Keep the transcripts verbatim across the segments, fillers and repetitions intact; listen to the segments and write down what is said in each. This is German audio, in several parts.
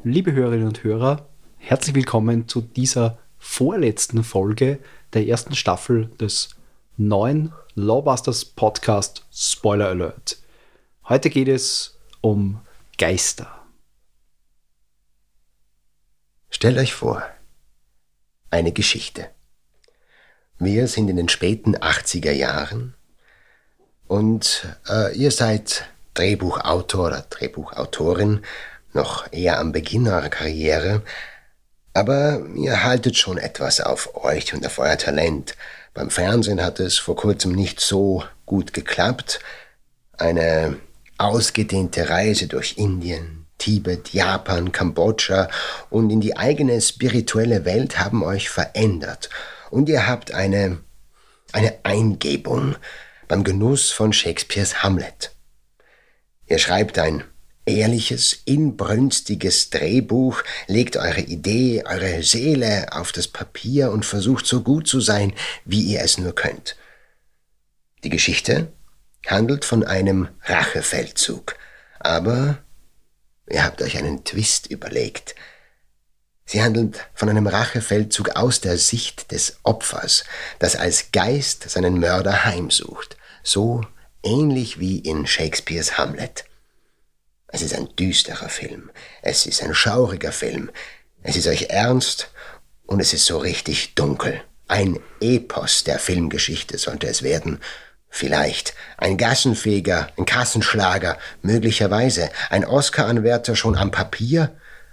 liebe Hörerinnen und Hörer, herzlich willkommen zu dieser vorletzten Folge der ersten Staffel des neuen Lawbusters Podcast Spoiler Alert. Heute geht es um Geister. Stellt euch vor, eine Geschichte. Wir sind in den späten achtziger Jahren und äh, ihr seid Drehbuchautor oder Drehbuchautorin, noch eher am Beginn eurer Karriere, aber ihr haltet schon etwas auf euch und auf euer Talent. Beim Fernsehen hat es vor kurzem nicht so gut geklappt. Eine ausgedehnte Reise durch Indien, Tibet, Japan, Kambodscha und in die eigene spirituelle Welt haben euch verändert. Und ihr habt eine, eine Eingebung beim Genuss von Shakespeares Hamlet. Ihr schreibt ein ehrliches, inbrünstiges Drehbuch, legt eure Idee, eure Seele auf das Papier und versucht so gut zu sein, wie ihr es nur könnt. Die Geschichte handelt von einem Rachefeldzug, aber ihr habt euch einen Twist überlegt. Sie handelt von einem Rachefeldzug aus der Sicht des Opfers, das als Geist seinen Mörder heimsucht, so ähnlich wie in Shakespeares Hamlet. Es ist ein düsterer Film, es ist ein schauriger Film, es ist euch ernst und es ist so richtig dunkel. Ein Epos der Filmgeschichte sollte es werden. Vielleicht ein Gassenfeger, ein Kassenschlager, möglicherweise ein Oscar-Anwärter schon am Papier.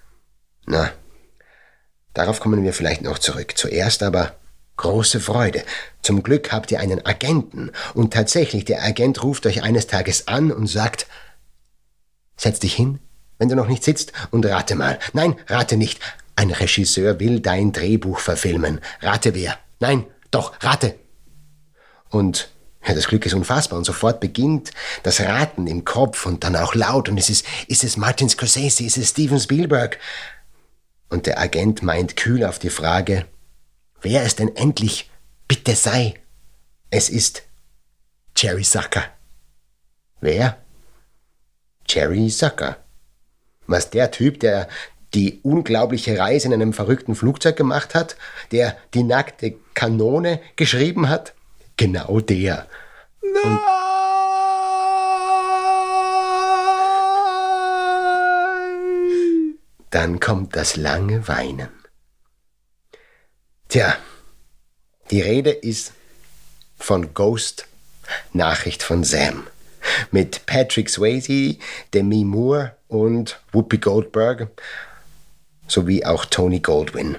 Na, darauf kommen wir vielleicht noch zurück. Zuerst aber große Freude. Zum Glück habt ihr einen Agenten und tatsächlich, der Agent ruft euch eines Tages an und sagt: Setz dich hin, wenn du noch nicht sitzt, und rate mal. Nein, rate nicht. Ein Regisseur will dein Drehbuch verfilmen. Rate wer? Nein, doch, rate. Und ja, das Glück ist unfassbar. Und sofort beginnt das Raten im Kopf und dann auch laut. Und es ist, ist es Martin Scorsese? Ist es Steven Spielberg? Und der Agent meint kühl auf die Frage: Wer es denn endlich bitte sei? Es ist Jerry Zucker. Wer? Jerry Zucker. Was, der Typ, der die unglaubliche Reise in einem verrückten Flugzeug gemacht hat? Der die nackte Kanone geschrieben hat? Genau der. Nein! Und dann kommt das lange Weinen. Tja, die Rede ist von Ghost, Nachricht von Sam. Mit Patrick Swayze, Demi Moore und Whoopi Goldberg, sowie auch Tony Goldwyn.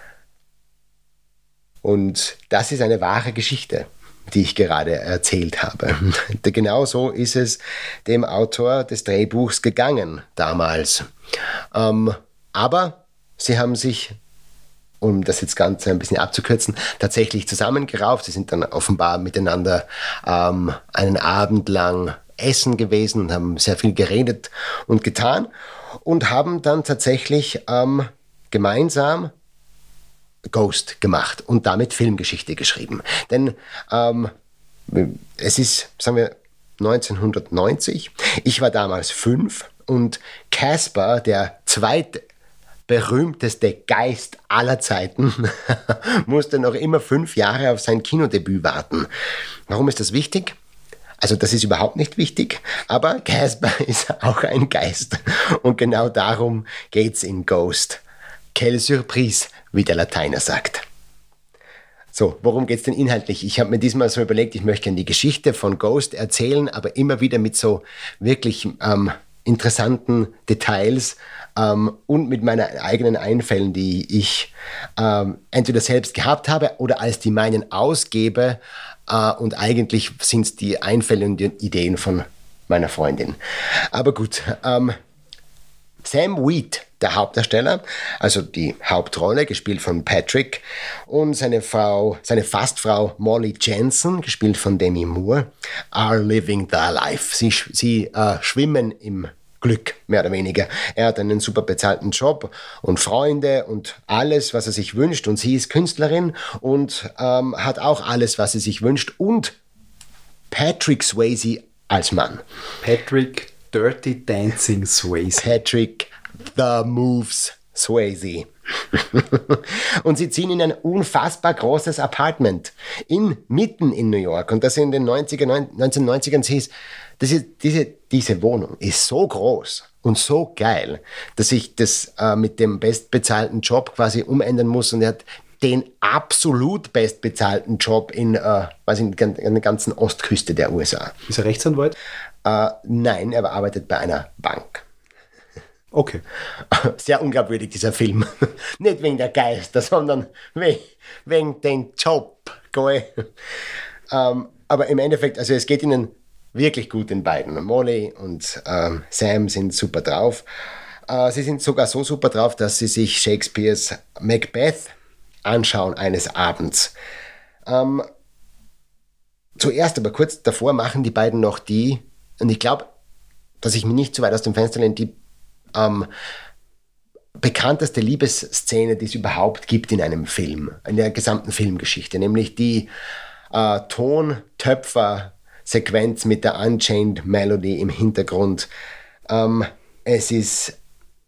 Und das ist eine wahre Geschichte, die ich gerade erzählt habe. Genau so ist es dem Autor des Drehbuchs gegangen damals. Ähm, aber sie haben sich, um das jetzt Ganze ein bisschen abzukürzen, tatsächlich zusammengerauft. Sie sind dann offenbar miteinander ähm, einen Abend lang essen gewesen und haben sehr viel geredet und getan und haben dann tatsächlich ähm, gemeinsam Ghost gemacht und damit Filmgeschichte geschrieben. Denn ähm, es ist, sagen wir, neunzehnhundertneunzig. Ich war damals fünf und Casper, der zweite berühmteste Geist aller Zeiten, musste noch immer fünf Jahre auf sein Kinodebüt warten. Warum ist das wichtig? Also das ist überhaupt nicht wichtig, aber Casper ist auch ein Geist. Und genau darum geht's in Ghost. Quelle Surprise, wie der Lateiner sagt. So, worum geht's denn inhaltlich? Ich habe mir diesmal so überlegt, ich möchte gerne die Geschichte von Ghost erzählen, aber immer wieder mit so wirklich ähm, interessanten Details ähm, und mit meinen eigenen Einfällen, die ich ähm, entweder selbst gehabt habe oder als die meinen ausgebe. Uh, und eigentlich sind es die Einfälle und die Ideen von meiner Freundin. Aber gut, ähm, Sam Wheat, der Hauptdarsteller, also die Hauptrolle, gespielt von Patrick, und seine Frau, seine Fastfrau Molly Jensen, gespielt von Demi Moore, are living their life. Sie, sie äh, schwimmen im Glück, mehr oder weniger. Er hat einen super bezahlten Job und Freunde und alles, was er sich wünscht. Und sie ist Künstlerin und ähm, hat auch alles, was sie sich wünscht. Und Patrick Swayze als Mann. Patrick Dirty Dancing Swayze. Patrick The Moves Swayze. Und sie ziehen in ein unfassbar großes Apartment in, mitten in New York. Und das in den neunziger, neunzehnhundertneunzigern hieß, das ist, diese, diese Wohnung ist so groß und so geil, dass ich das äh, mit dem bestbezahlten Job quasi umändern muss. Und er hat den absolut bestbezahlten Job in, äh, weiß ich, in der ganzen Ostküste der U S A. Ist er Rechtsanwalt? Äh, nein, er arbeitet bei einer Bank. Okay. Sehr unglaubwürdig, dieser Film. Nicht wegen der Geister, sondern wegen, wegen dem Job. ähm, aber im Endeffekt, also es geht ihnen wirklich gut den beiden. Molly und ähm, Sam sind super drauf. Äh, sie sind sogar so super drauf, dass sie sich Shakespeares Macbeth anschauen eines Abends. Ähm, zuerst, aber kurz davor machen die beiden noch die, und ich glaube, dass ich mich nicht zu weit aus dem Fenster lehne, die ähm, bekannteste Liebesszene, die es überhaupt gibt in einem Film, in der gesamten Filmgeschichte, nämlich die äh, Tontöpfer-Sequenz mit der Unchained Melody im Hintergrund. Ähm, es ist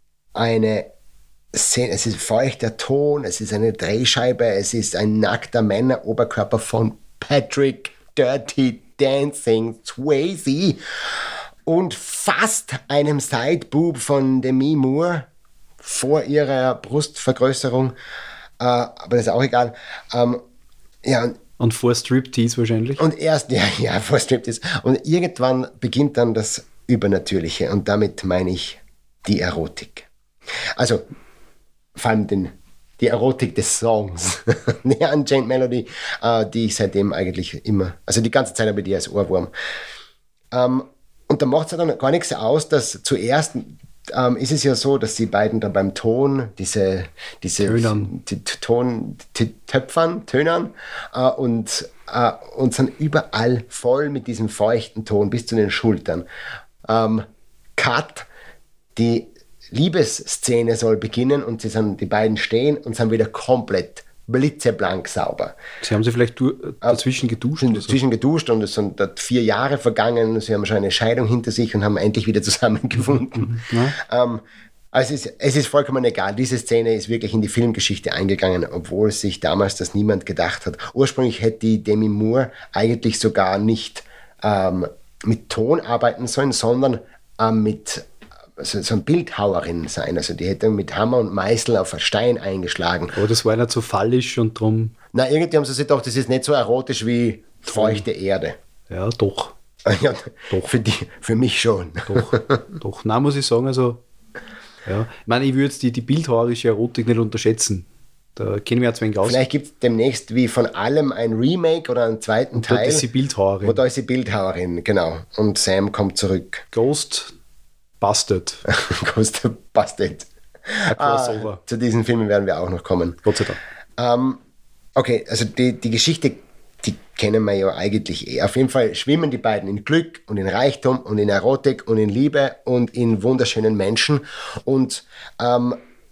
eine Szene, es ist feuchter Ton, es ist eine Drehscheibe, es ist ein nackter Männeroberkörper von Patrick Dirty Dancing Swayze und fast einem Sideboob von Demi Moore vor ihrer Brustvergrößerung. Äh, aber das ist auch egal. Ähm, ja, und vor Striptease wahrscheinlich. Und erst, ja, ja, vor Striptease. Und irgendwann beginnt dann das Übernatürliche. Und damit meine ich die Erotik. Also, vor allem den, die Erotik des Songs. Die Unchained Melody, äh, die ich seitdem eigentlich immer, also die ganze Zeit habe ich die als Ohrwurm. Ähm, Und da macht es dann gar nichts aus, dass zuerst ähm, ist es ja so, dass die beiden dann beim Ton diese, diese Tönern. Die Ton, die Töpfern, Tönern äh, und, äh, und sind überall voll mit diesem feuchten Ton bis zu den Schultern. Ähm, Cut, die Liebesszene soll beginnen und sie sind, die beiden stehen und sind wieder komplett blitzeblank sauber. Sie haben sie vielleicht du, dazwischen geduscht? Sind dazwischen geduscht und es sind dort vier Jahre vergangen. Sie haben schon eine Scheidung hinter sich und haben endlich wieder zusammengefunden. Ja. Ähm, also es ist, es ist vollkommen egal. Diese Szene ist wirklich in die Filmgeschichte eingegangen, obwohl sich damals das niemand gedacht hat. Ursprünglich hätte die Demi Moore eigentlich sogar nicht ähm, mit Ton arbeiten sollen, sondern ähm, mit also so eine Bildhauerin sein. Also die hätte mit Hammer und Meißel auf einen Stein eingeschlagen. Aber das war nicht so fallisch und drum... Na, irgendwie haben sie sich gedacht, das ist nicht so erotisch wie feuchte Erde. Ja, doch. Ja, doch. Für, die, für mich schon. Doch, doch. Nein, muss ich sagen, also... Ja. Ich meine, ich würde jetzt die, die bildhauerische Erotik nicht unterschätzen. Da kennen wir ja zwingend aus. Vielleicht gibt es demnächst wie von allem ein Remake oder einen zweiten und Teil. Da ist sie Bildhauerin. Wo da ist sie Bildhauerin, genau. Und Sam kommt zurück. Ghost... Busted. Ghost Busted. Crossover. Ah, zu diesen Filmen werden wir auch noch kommen. Gott sei Dank. Ähm, okay, also die, die Geschichte, die kennen wir ja eigentlich eh. Auf jeden Fall schwimmen die beiden in Glück und in Reichtum und in Erotik und in Liebe und in wunderschönen Menschen. Und ähm,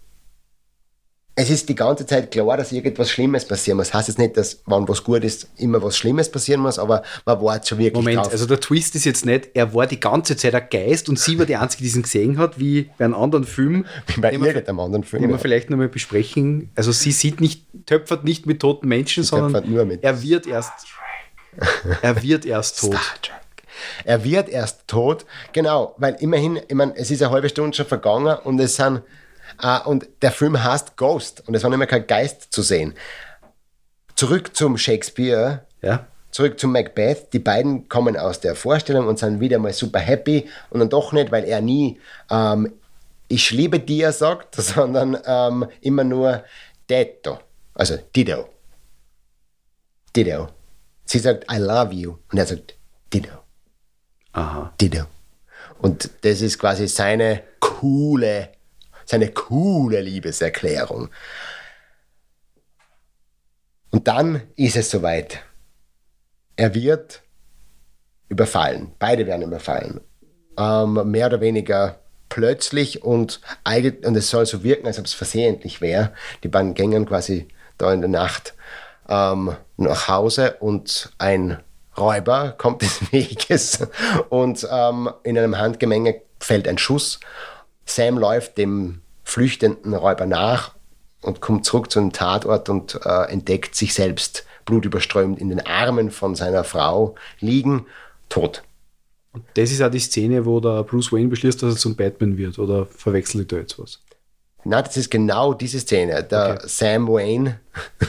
es ist die ganze Zeit klar, dass irgendwas Schlimmes passieren muss. Das heißt jetzt nicht, dass, wenn was gut ist, immer was Schlimmes passieren muss, aber man wartet schon wirklich Moment, drauf. also der Twist ist jetzt nicht, er war die ganze Zeit ein Geist und sie war die Einzige, die ihn gesehen hat, wie bei einem anderen Film. Wie bei den wir, irgendeinem anderen Film. Den ja. wir vielleicht nochmal besprechen. Also sie sieht nicht, töpfert nicht mit toten Menschen, Sie sondern nur mit er wird erst er wird erst tot. Star Trek. Er wird erst tot, genau, weil immerhin, ich meine, es ist eine halbe Stunde schon vergangen und es sind Uh, und der Film heißt Ghost und es war nicht mehr kein Geist zu sehen. Zurück zum Shakespeare, ja. Zurück zum Macbeth. Die beiden kommen aus der Vorstellung und sind wieder mal super happy und dann doch nicht, weil er nie ähm, ich liebe dir sagt, sondern ähm, immer nur Detto, also Dido. Dido. Sie sagt I love you und er sagt Dido. Aha. Dido. Und das ist quasi seine coole Seine coole Liebeserklärung. Und dann ist es soweit. Er wird überfallen. Beide werden überfallen. Ähm, mehr oder weniger plötzlich und, und es soll so wirken, als ob es versehentlich wäre. Die beiden gingen quasi da in der Nacht ähm, nach Hause und ein Räuber kommt des Weges und ähm, in einem Handgemenge fällt ein Schuss. Sam läuft dem flüchtenden Räuber nach und kommt zurück zu einem Tatort und äh, entdeckt sich selbst blutüberströmt in den Armen von seiner Frau liegen, tot. Und das ist auch die Szene, wo der Bruce Wayne beschließt, dass er zum Batman wird, oder verwechsel ich da jetzt was? Nein, das ist genau diese Szene. Der okay. Sam Wayne,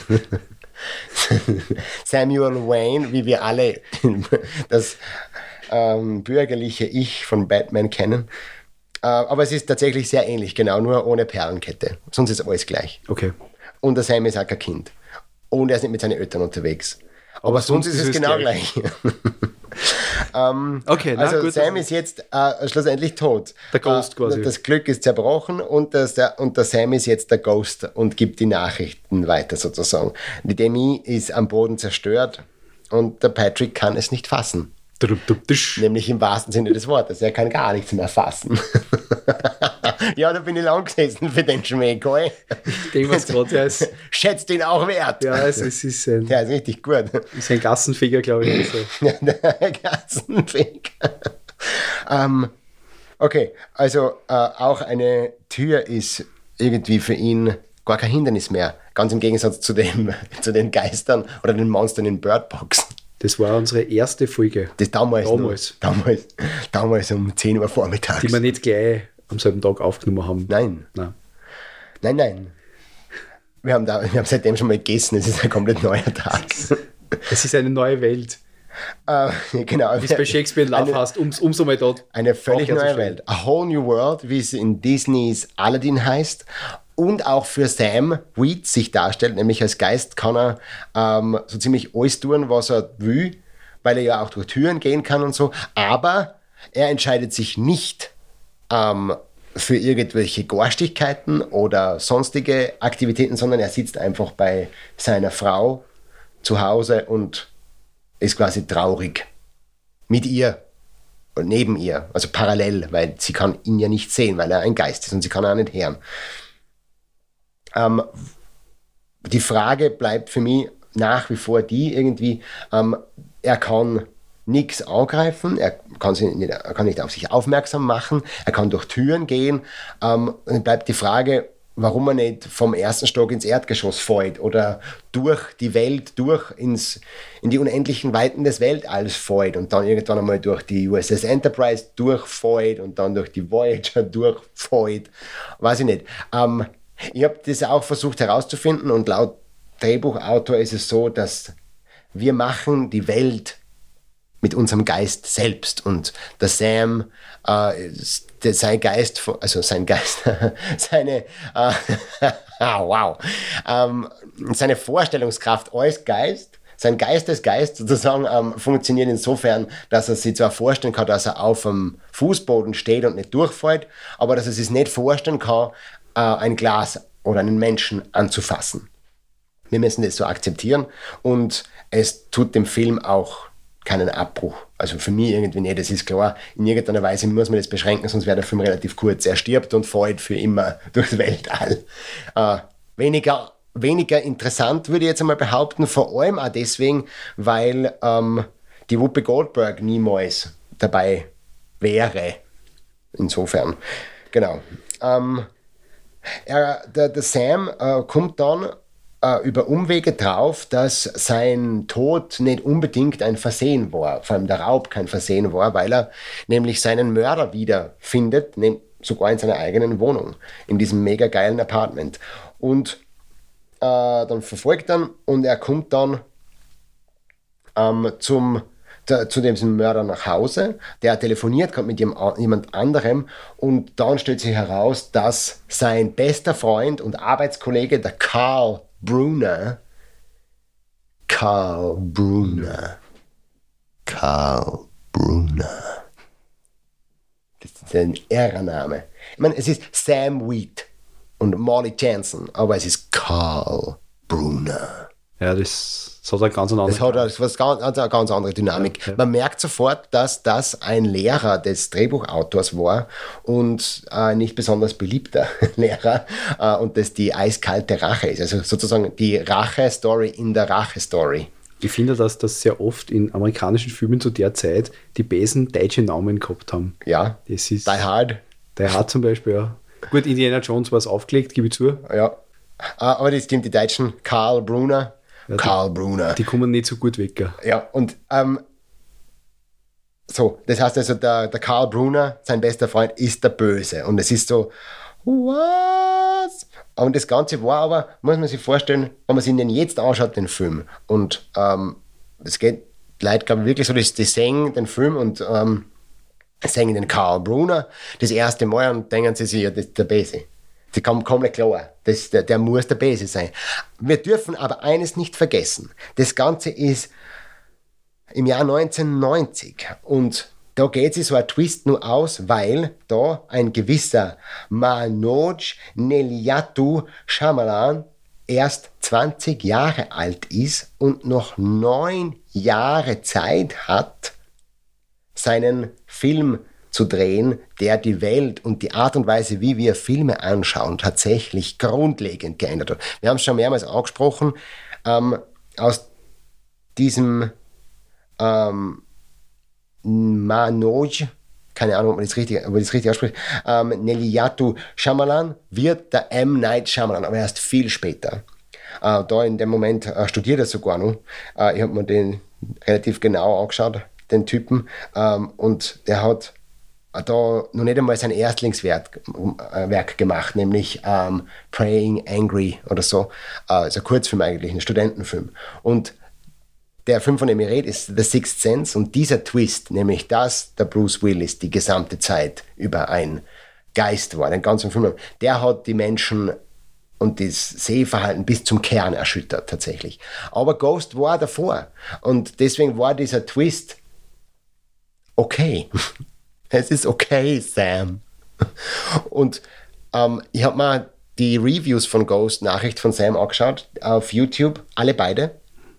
Samuel Wayne, wie wir alle das ähm, bürgerliche Ich von Batman kennen. Äh, aber es ist tatsächlich sehr ähnlich, genau, nur ohne Perlenkette. Sonst ist alles gleich. Okay. Und der Sam ist auch kein Kind. Und er ist nicht mit seinen Eltern unterwegs. Aber, Aber sonst, sonst ist es genau gleich. gleich. ähm, okay, na, also gut, Sam ist jetzt äh, schlussendlich tot. Der Ghost äh, quasi. Das Glück ist zerbrochen und, das, der, und der Sam ist jetzt der Ghost und gibt die Nachrichten weiter sozusagen. Die Demi ist am Boden zerstört und der Patrick kann es nicht fassen. Nämlich im wahrsten Sinne des Wortes. Er kann gar nichts mehr fassen. Ja, da bin ich lang gesessen für den Schmähkohl. Ich denke, was gerade ja ist. Schätzt ihn auch wert. Ja, es, es ist ein. Der ist richtig gut. Ist ein Gassenfeger, glaube ich. So. Der Gassenfeger. ähm, okay, also äh, auch eine Tür ist irgendwie für ihn gar kein Hindernis mehr. Ganz im Gegensatz zu, dem, zu den Geistern oder den Monstern in Bird Box. Das war unsere erste Folge. Das damals. Damals. Noch, damals, damals um zehn Uhr vormittags. Die wir nicht gleich am selben Tag aufgenommen haben. Nein. Nein, nein. nein. Wir haben, da, wir haben seitdem schon mal gegessen. Es ist ein komplett neuer Tag. Es ist eine neue Welt. Uh, genau. Wie es bei Shakespeare in Love heißt, um, umso mal dort. Eine völlig neue Welt. A whole new world, wie es in Disneys Aladdin heißt. Und auch für Sam Wheat sich darstellt, nämlich als Geist kann er ähm, so ziemlich alles tun, was er will, weil er ja auch durch Türen gehen kann und so. Aber er entscheidet sich nicht ähm, für irgendwelche Garstigkeiten oder sonstige Aktivitäten, sondern er sitzt einfach bei seiner Frau zu Hause und ist quasi traurig mit ihr und neben ihr, also parallel, weil sie kann ihn ja nicht sehen, weil er ein Geist ist und sie kann ihn auch nicht hören. Ähm, die Frage bleibt für mich nach wie vor die irgendwie, ähm, er kann nichts angreifen, er kann, sie nicht, er kann nicht auf sich aufmerksam machen, er kann durch Türen gehen. Ähm, dann bleibt die Frage, warum er nicht vom ersten Stock ins Erdgeschoss fällt oder durch die Welt, durch ins, in die unendlichen Weiten des Weltalls fällt und dann irgendwann einmal durch die U S S Enterprise durchfällt und dann durch die Voyager durchfällt. Weiß ich nicht. Ähm, Ich habe das auch versucht herauszufinden und laut Drehbuchautor ist es so, dass wir machen die Welt mit unserem Geist selbst und der Sam, äh, der, sein Geist, also sein Geist, seine, äh, wow, ähm, seine Vorstellungskraft als Geist, sein Geistesgeist sozusagen ähm, funktioniert insofern, dass er sich zwar vorstellen kann, dass er auf dem Fußboden steht und nicht durchfällt, aber dass er sich nicht vorstellen kann, ein Glas oder einen Menschen anzufassen. Wir müssen das so akzeptieren und es tut dem Film auch keinen Abbruch. Also für mich irgendwie nicht, das ist klar. In irgendeiner Weise muss man das beschränken, sonst wäre der Film relativ kurz. Er stirbt und fällt für immer durchs Weltall. Äh, weniger, weniger interessant würde ich jetzt einmal behaupten, vor allem auch deswegen, weil ähm, die Whoopi Goldberg niemals dabei wäre. Insofern, genau. Ähm, Er, der, der Sam äh, kommt dann äh, über Umwege drauf, dass sein Tod nicht unbedingt ein Versehen war, vor allem der Raub kein Versehen war, weil er nämlich seinen Mörder wiederfindet, nehm, sogar in seiner eigenen Wohnung, in diesem mega geilen Apartment. Und äh, dann verfolgt er ihn und er kommt dann ähm, zum zu diesem Mörder nach Hause, der telefoniert gerade mit jemand anderem und dann stellt sich heraus, dass sein bester Freund und Arbeitskollege, der Carl Brunner, Carl Brunner, Carl Brunner, das ist ein Ehrenname. Ich meine, es ist Sam Wheat und Molly Jansen, aber es ist Carl Brunner. Ja, das, das hat eine ganz andere, das hat eine, was ganz, eine ganz andere Dynamik. Ja, ja. Man merkt sofort, dass das ein Lehrer des Drehbuchautors war und äh, nicht besonders beliebter Lehrer äh, und das die eiskalte Rache ist. Also sozusagen die Rache-Story in der Rache-Story. Ich finde, dass das sehr oft in amerikanischen Filmen zu der Zeit die besen deutsche Namen gehabt haben. Ja, das ist Die Hard. Der hat zum Beispiel, ja. Gut, Indiana Jones war es aufgelegt, gebe ich zu. Ja. Aber das stimmt, die Deutschen, Karl Brunner. Ja, Karl die, Brunner. Die kommen nicht so gut weg. Ja, ja und ähm, so, das heißt also, der, der Karl Brunner, sein bester Freund, ist der Böse. Und es ist so, was? Und das Ganze war aber, muss man sich vorstellen, wenn man sich den jetzt anschaut, den Film. Und ähm, es geht Leute, glaube ich, wirklich so, die, die sehen den Film und ähm, sehen den Karl Brunner das erste Mal und denken sie sich, ja, das ist der Böse. Die kommen komplett klar, das, der, der muss der Böse sein. Wir dürfen aber eines nicht vergessen. Das Ganze ist im Jahr neunzehnhundertneunzig und da geht sich so ein Twist nur aus, weil da ein gewisser Manoj Nelliyattu Shyamalan erst zwanzig Jahre alt ist und noch neun Jahre Zeit hat, seinen Film zu drehen, der die Welt und die Art und Weise, wie wir Filme anschauen, tatsächlich grundlegend geändert hat. Wir haben es schon mehrmals angesprochen, ähm, aus diesem ähm, Manoj, keine Ahnung, ob man das richtig, ob man das richtig ausspricht, ähm, Nelliyattu Shyamalan wird der M. Night Shyamalan, aber erst viel später. Äh, da in dem Moment äh, studiert er sogar noch. Äh, ich habe mir den relativ genau angeschaut, den Typen, ähm, und der hat da noch nicht einmal sein Erstlingswerk äh, Werk gemacht, nämlich ähm, Praying Angry oder so. Äh, also ein Kurzfilm eigentlich, ein Studentenfilm. Und der Film, von dem ich rede, ist The Sixth Sense und dieser Twist, nämlich dass der Bruce Willis die gesamte Zeit über ein Geist war, den ganzen Film, der hat die Menschen und das Sehverhalten bis zum Kern erschüttert tatsächlich. Aber Ghost war davor und deswegen war dieser Twist okay. Es ist okay, Sam. Und ähm, ich habe mir die Reviews von Ghost, Nachricht von Sam, angeschaut auf YouTube, alle beide.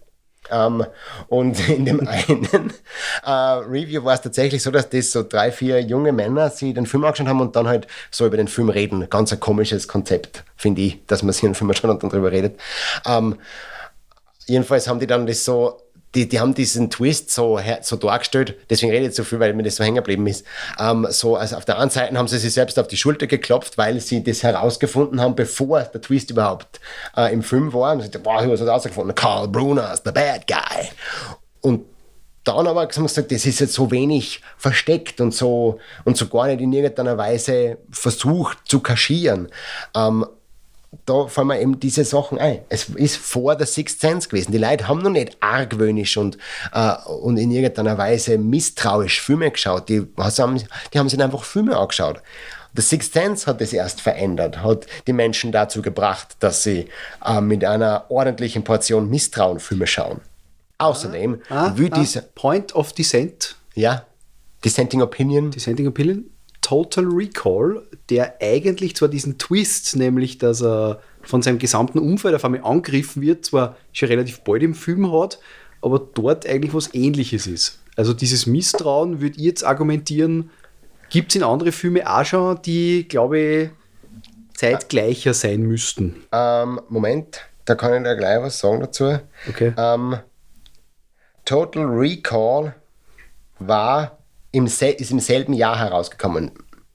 Um, und in dem einen uh, Review war es tatsächlich so, dass das so drei, vier junge Männer sich den Film angeschaut haben und dann halt so über den Film reden. Ganz ein komisches Konzept, finde ich, dass man sich einen Film anschaut und dann drüber redet. Um, jedenfalls haben die dann das so, die, die haben diesen Twist so, so dargestellt, deswegen rede ich jetzt so viel, weil mir das so hängen geblieben ist. Um, so, also auf der einen Seite haben sie sich selbst auf die Schulter geklopft, weil sie das herausgefunden haben, bevor der Twist überhaupt uh, im Film war. Und sie dachten, wow, ich habe das herausgefunden, Karl Brunner ist der Bad Guy. Und dann aber haben sie gesagt, das ist jetzt so wenig versteckt und so, und so gar nicht in irgendeiner Weise versucht zu kaschieren. Um, da fallen mir eben diese Sachen ein. Es ist vor The Sixth Sense gewesen. Die Leute haben noch nicht argwöhnisch und, äh, und in irgendeiner Weise misstrauisch Filme geschaut. Die haben, die haben sich einfach Filme angeschaut. The Sixth Sense hat das erst verändert, hat die Menschen dazu gebracht, dass sie äh, mit einer ordentlichen Portion Misstrauen Filme schauen. Außerdem, ah, wie ah, diese... Point of Dissent. Ja, Dissenting Opinion. Dissenting Opinion. Total Recall, der eigentlich zwar diesen Twist, nämlich dass er von seinem gesamten Umfeld auf einmal angegriffen wird, zwar schon relativ bald im Film hat, aber dort eigentlich was Ähnliches ist. Also dieses Misstrauen, würde ich jetzt argumentieren, gibt es in andere Filme auch schon, die, glaube ich, zeitgleicher sein müssten. Ähm, Moment, da kann ich da gleich was sagen dazu. Okay. Ähm, Total Recall war Im Se- ist im selben Jahr herausgekommen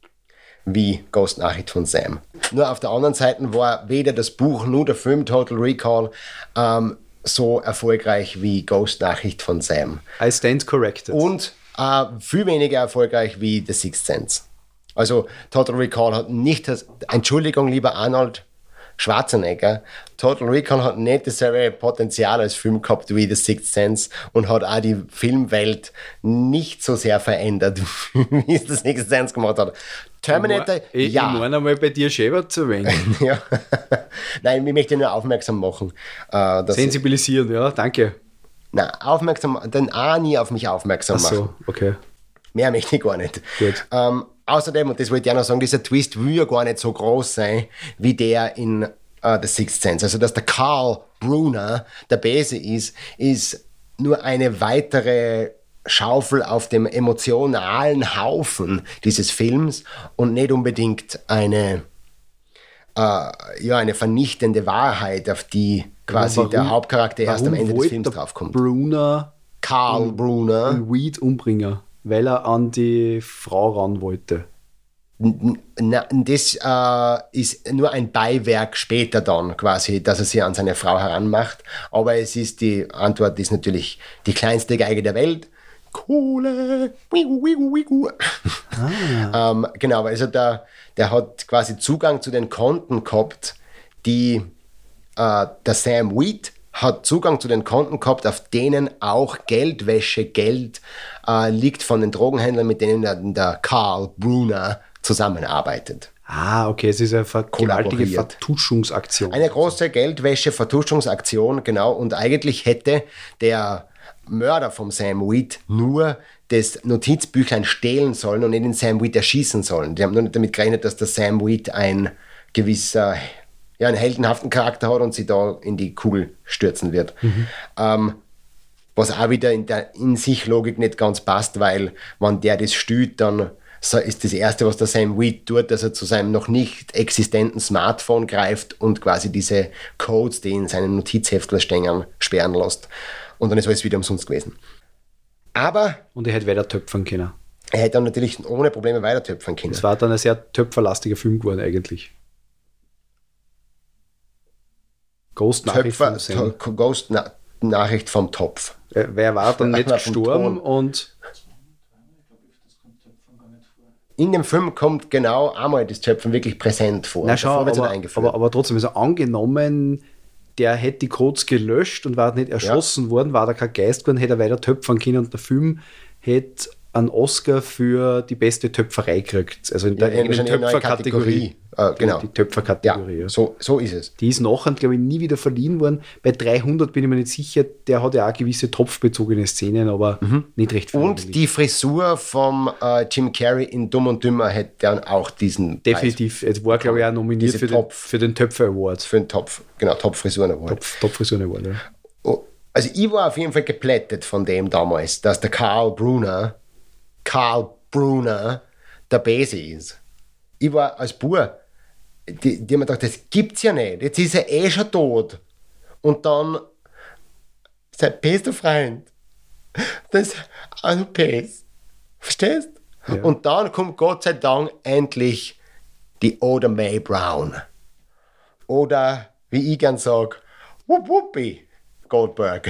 wie Ghost Nachricht von Sam. Nur auf der anderen Seite war weder das Buch noch der Film Total Recall ähm, so erfolgreich wie Ghost Nachricht von Sam. I stand corrected. Und äh, viel weniger erfolgreich wie The Sixth Sense. Also Total Recall hat nicht das, Entschuldigung, lieber Arnold Schwarzenegger, Total Recall hat nicht dasselbe Potenzial als Film gehabt wie The Sixth Sense und hat auch die Filmwelt nicht so sehr verändert, wie es The Sixth Sense gemacht hat. Terminator, ich, ja. Ich meine einmal bei dir selber zu erwähnen. Ja. Nein, ich möchte nur aufmerksam machen. Äh, dass Sensibilisieren, ja, danke. Nein, aufmerksam, dann auch nie auf mich aufmerksam Ach machen. so, okay. Mehr möchte ich gar nicht. Gut. Ähm, außerdem, und das wollte ich auch noch sagen, dieser Twist will ja gar nicht so groß sein, wie der in uh, The Sixth Sense. Also, dass der Karl Brunner der Böse ist, ist nur eine weitere Schaufel auf dem emotionalen Haufen dieses Films und nicht unbedingt eine, äh, ja, eine vernichtende Wahrheit, auf die quasi warum, der Hauptcharakter erst am Ende des Films der draufkommt. Brunner Karl Brunner. einen Weed umbringen, weil er an die Frau ran wollte. Na, das äh, ist nur ein Beiwerk später dann quasi, dass er sich an seine Frau heranmacht. Aber es ist die Antwort ist natürlich die kleinste Geige der Welt. Kohle. Wigu, wigu, wigu. Ah. ähm, genau, also der, der hat quasi Zugang zu den Konten gehabt, die äh, der Sam Wheat hat Zugang zu den Konten gehabt, auf denen auch Geldwäsche, Geld äh, liegt von den Drogenhändlern, mit denen der, der Carl Brunner zusammenarbeitet. Ah, okay, es ist eine ver- gewaltige Vertuschungsaktion. Eine große Geldwäsche-Vertuschungsaktion, genau. Und eigentlich hätte der Mörder vom Sam Wheat nur das Notizbüchlein stehlen sollen und nicht den Sam Wheat erschießen sollen. Die haben nur nicht damit gerechnet, dass der Sam Wheat ein gewisser, ja, einen heldenhaften Charakter hat und sie da in die Kugel stürzen wird. Mhm. Ähm, was auch wieder in der in sich Logik nicht ganz passt, weil wenn der das stüht, dann ist das Erste, was der Sam Wheat tut, dass er zu seinem noch nicht existenten Smartphone greift und quasi diese Codes, die in seinen Notizheftel stehen, sperren lässt. Und dann ist alles wieder umsonst gewesen. Aber... Und er hätte weiter töpfern können. Er hätte dann natürlich ohne Probleme weiter töpfern können. Es war dann ein sehr töpferlastiger Film geworden eigentlich. Ghost-Nachricht vom Sam. Ghost-Nachricht vom Topf. Wer war dann nicht gestorben und... In dem Film kommt genau einmal das Töpfen wirklich präsent vor. Na schau, aber, aber, aber trotzdem, also angenommen, der hätte die Codes gelöscht und war nicht erschossen ja. worden, war da kein Geist geworden, hätte er weiter töpfern können und der Film hätte einen Oscar für die beste Töpferei gekriegt. Also in der ja, eigenen Töpferkategorie. Äh, genau. Die Töpferkategorie. Ja, so, so ist es. Die ist nachher, glaube ich, nie wieder verliehen worden. Bei dreihundert bin ich mir nicht sicher, der hat ja auch gewisse topfbezogene Szenen, aber mhm. nicht recht viel. Und die Frisur vom äh, Jim Carrey in Dumm und Dümmer hätte dann auch diesen Definitiv. Preis. Es war, glaube ich, auch nominiert für den, für den Töpfer Award. Für den Topf, genau, Top-Frisuren Award. Top, Top-Frisuren Award, ja. Oh, also ich war auf jeden Fall geplättet von dem damals, dass der Carl Brunner Carl Brunner der Bese ist. Ich war als Bub, die, die haben mir gedacht, das gibt's ja nicht. Jetzt ist er eh schon tot. Und dann sein bester Freund. Das ist ein Pes. Verstehst? Ja. Und dann kommt Gott sei Dank endlich die Oda Mae Brown. Oder, wie ich gern sage, Wupp Wuppi Goldberg.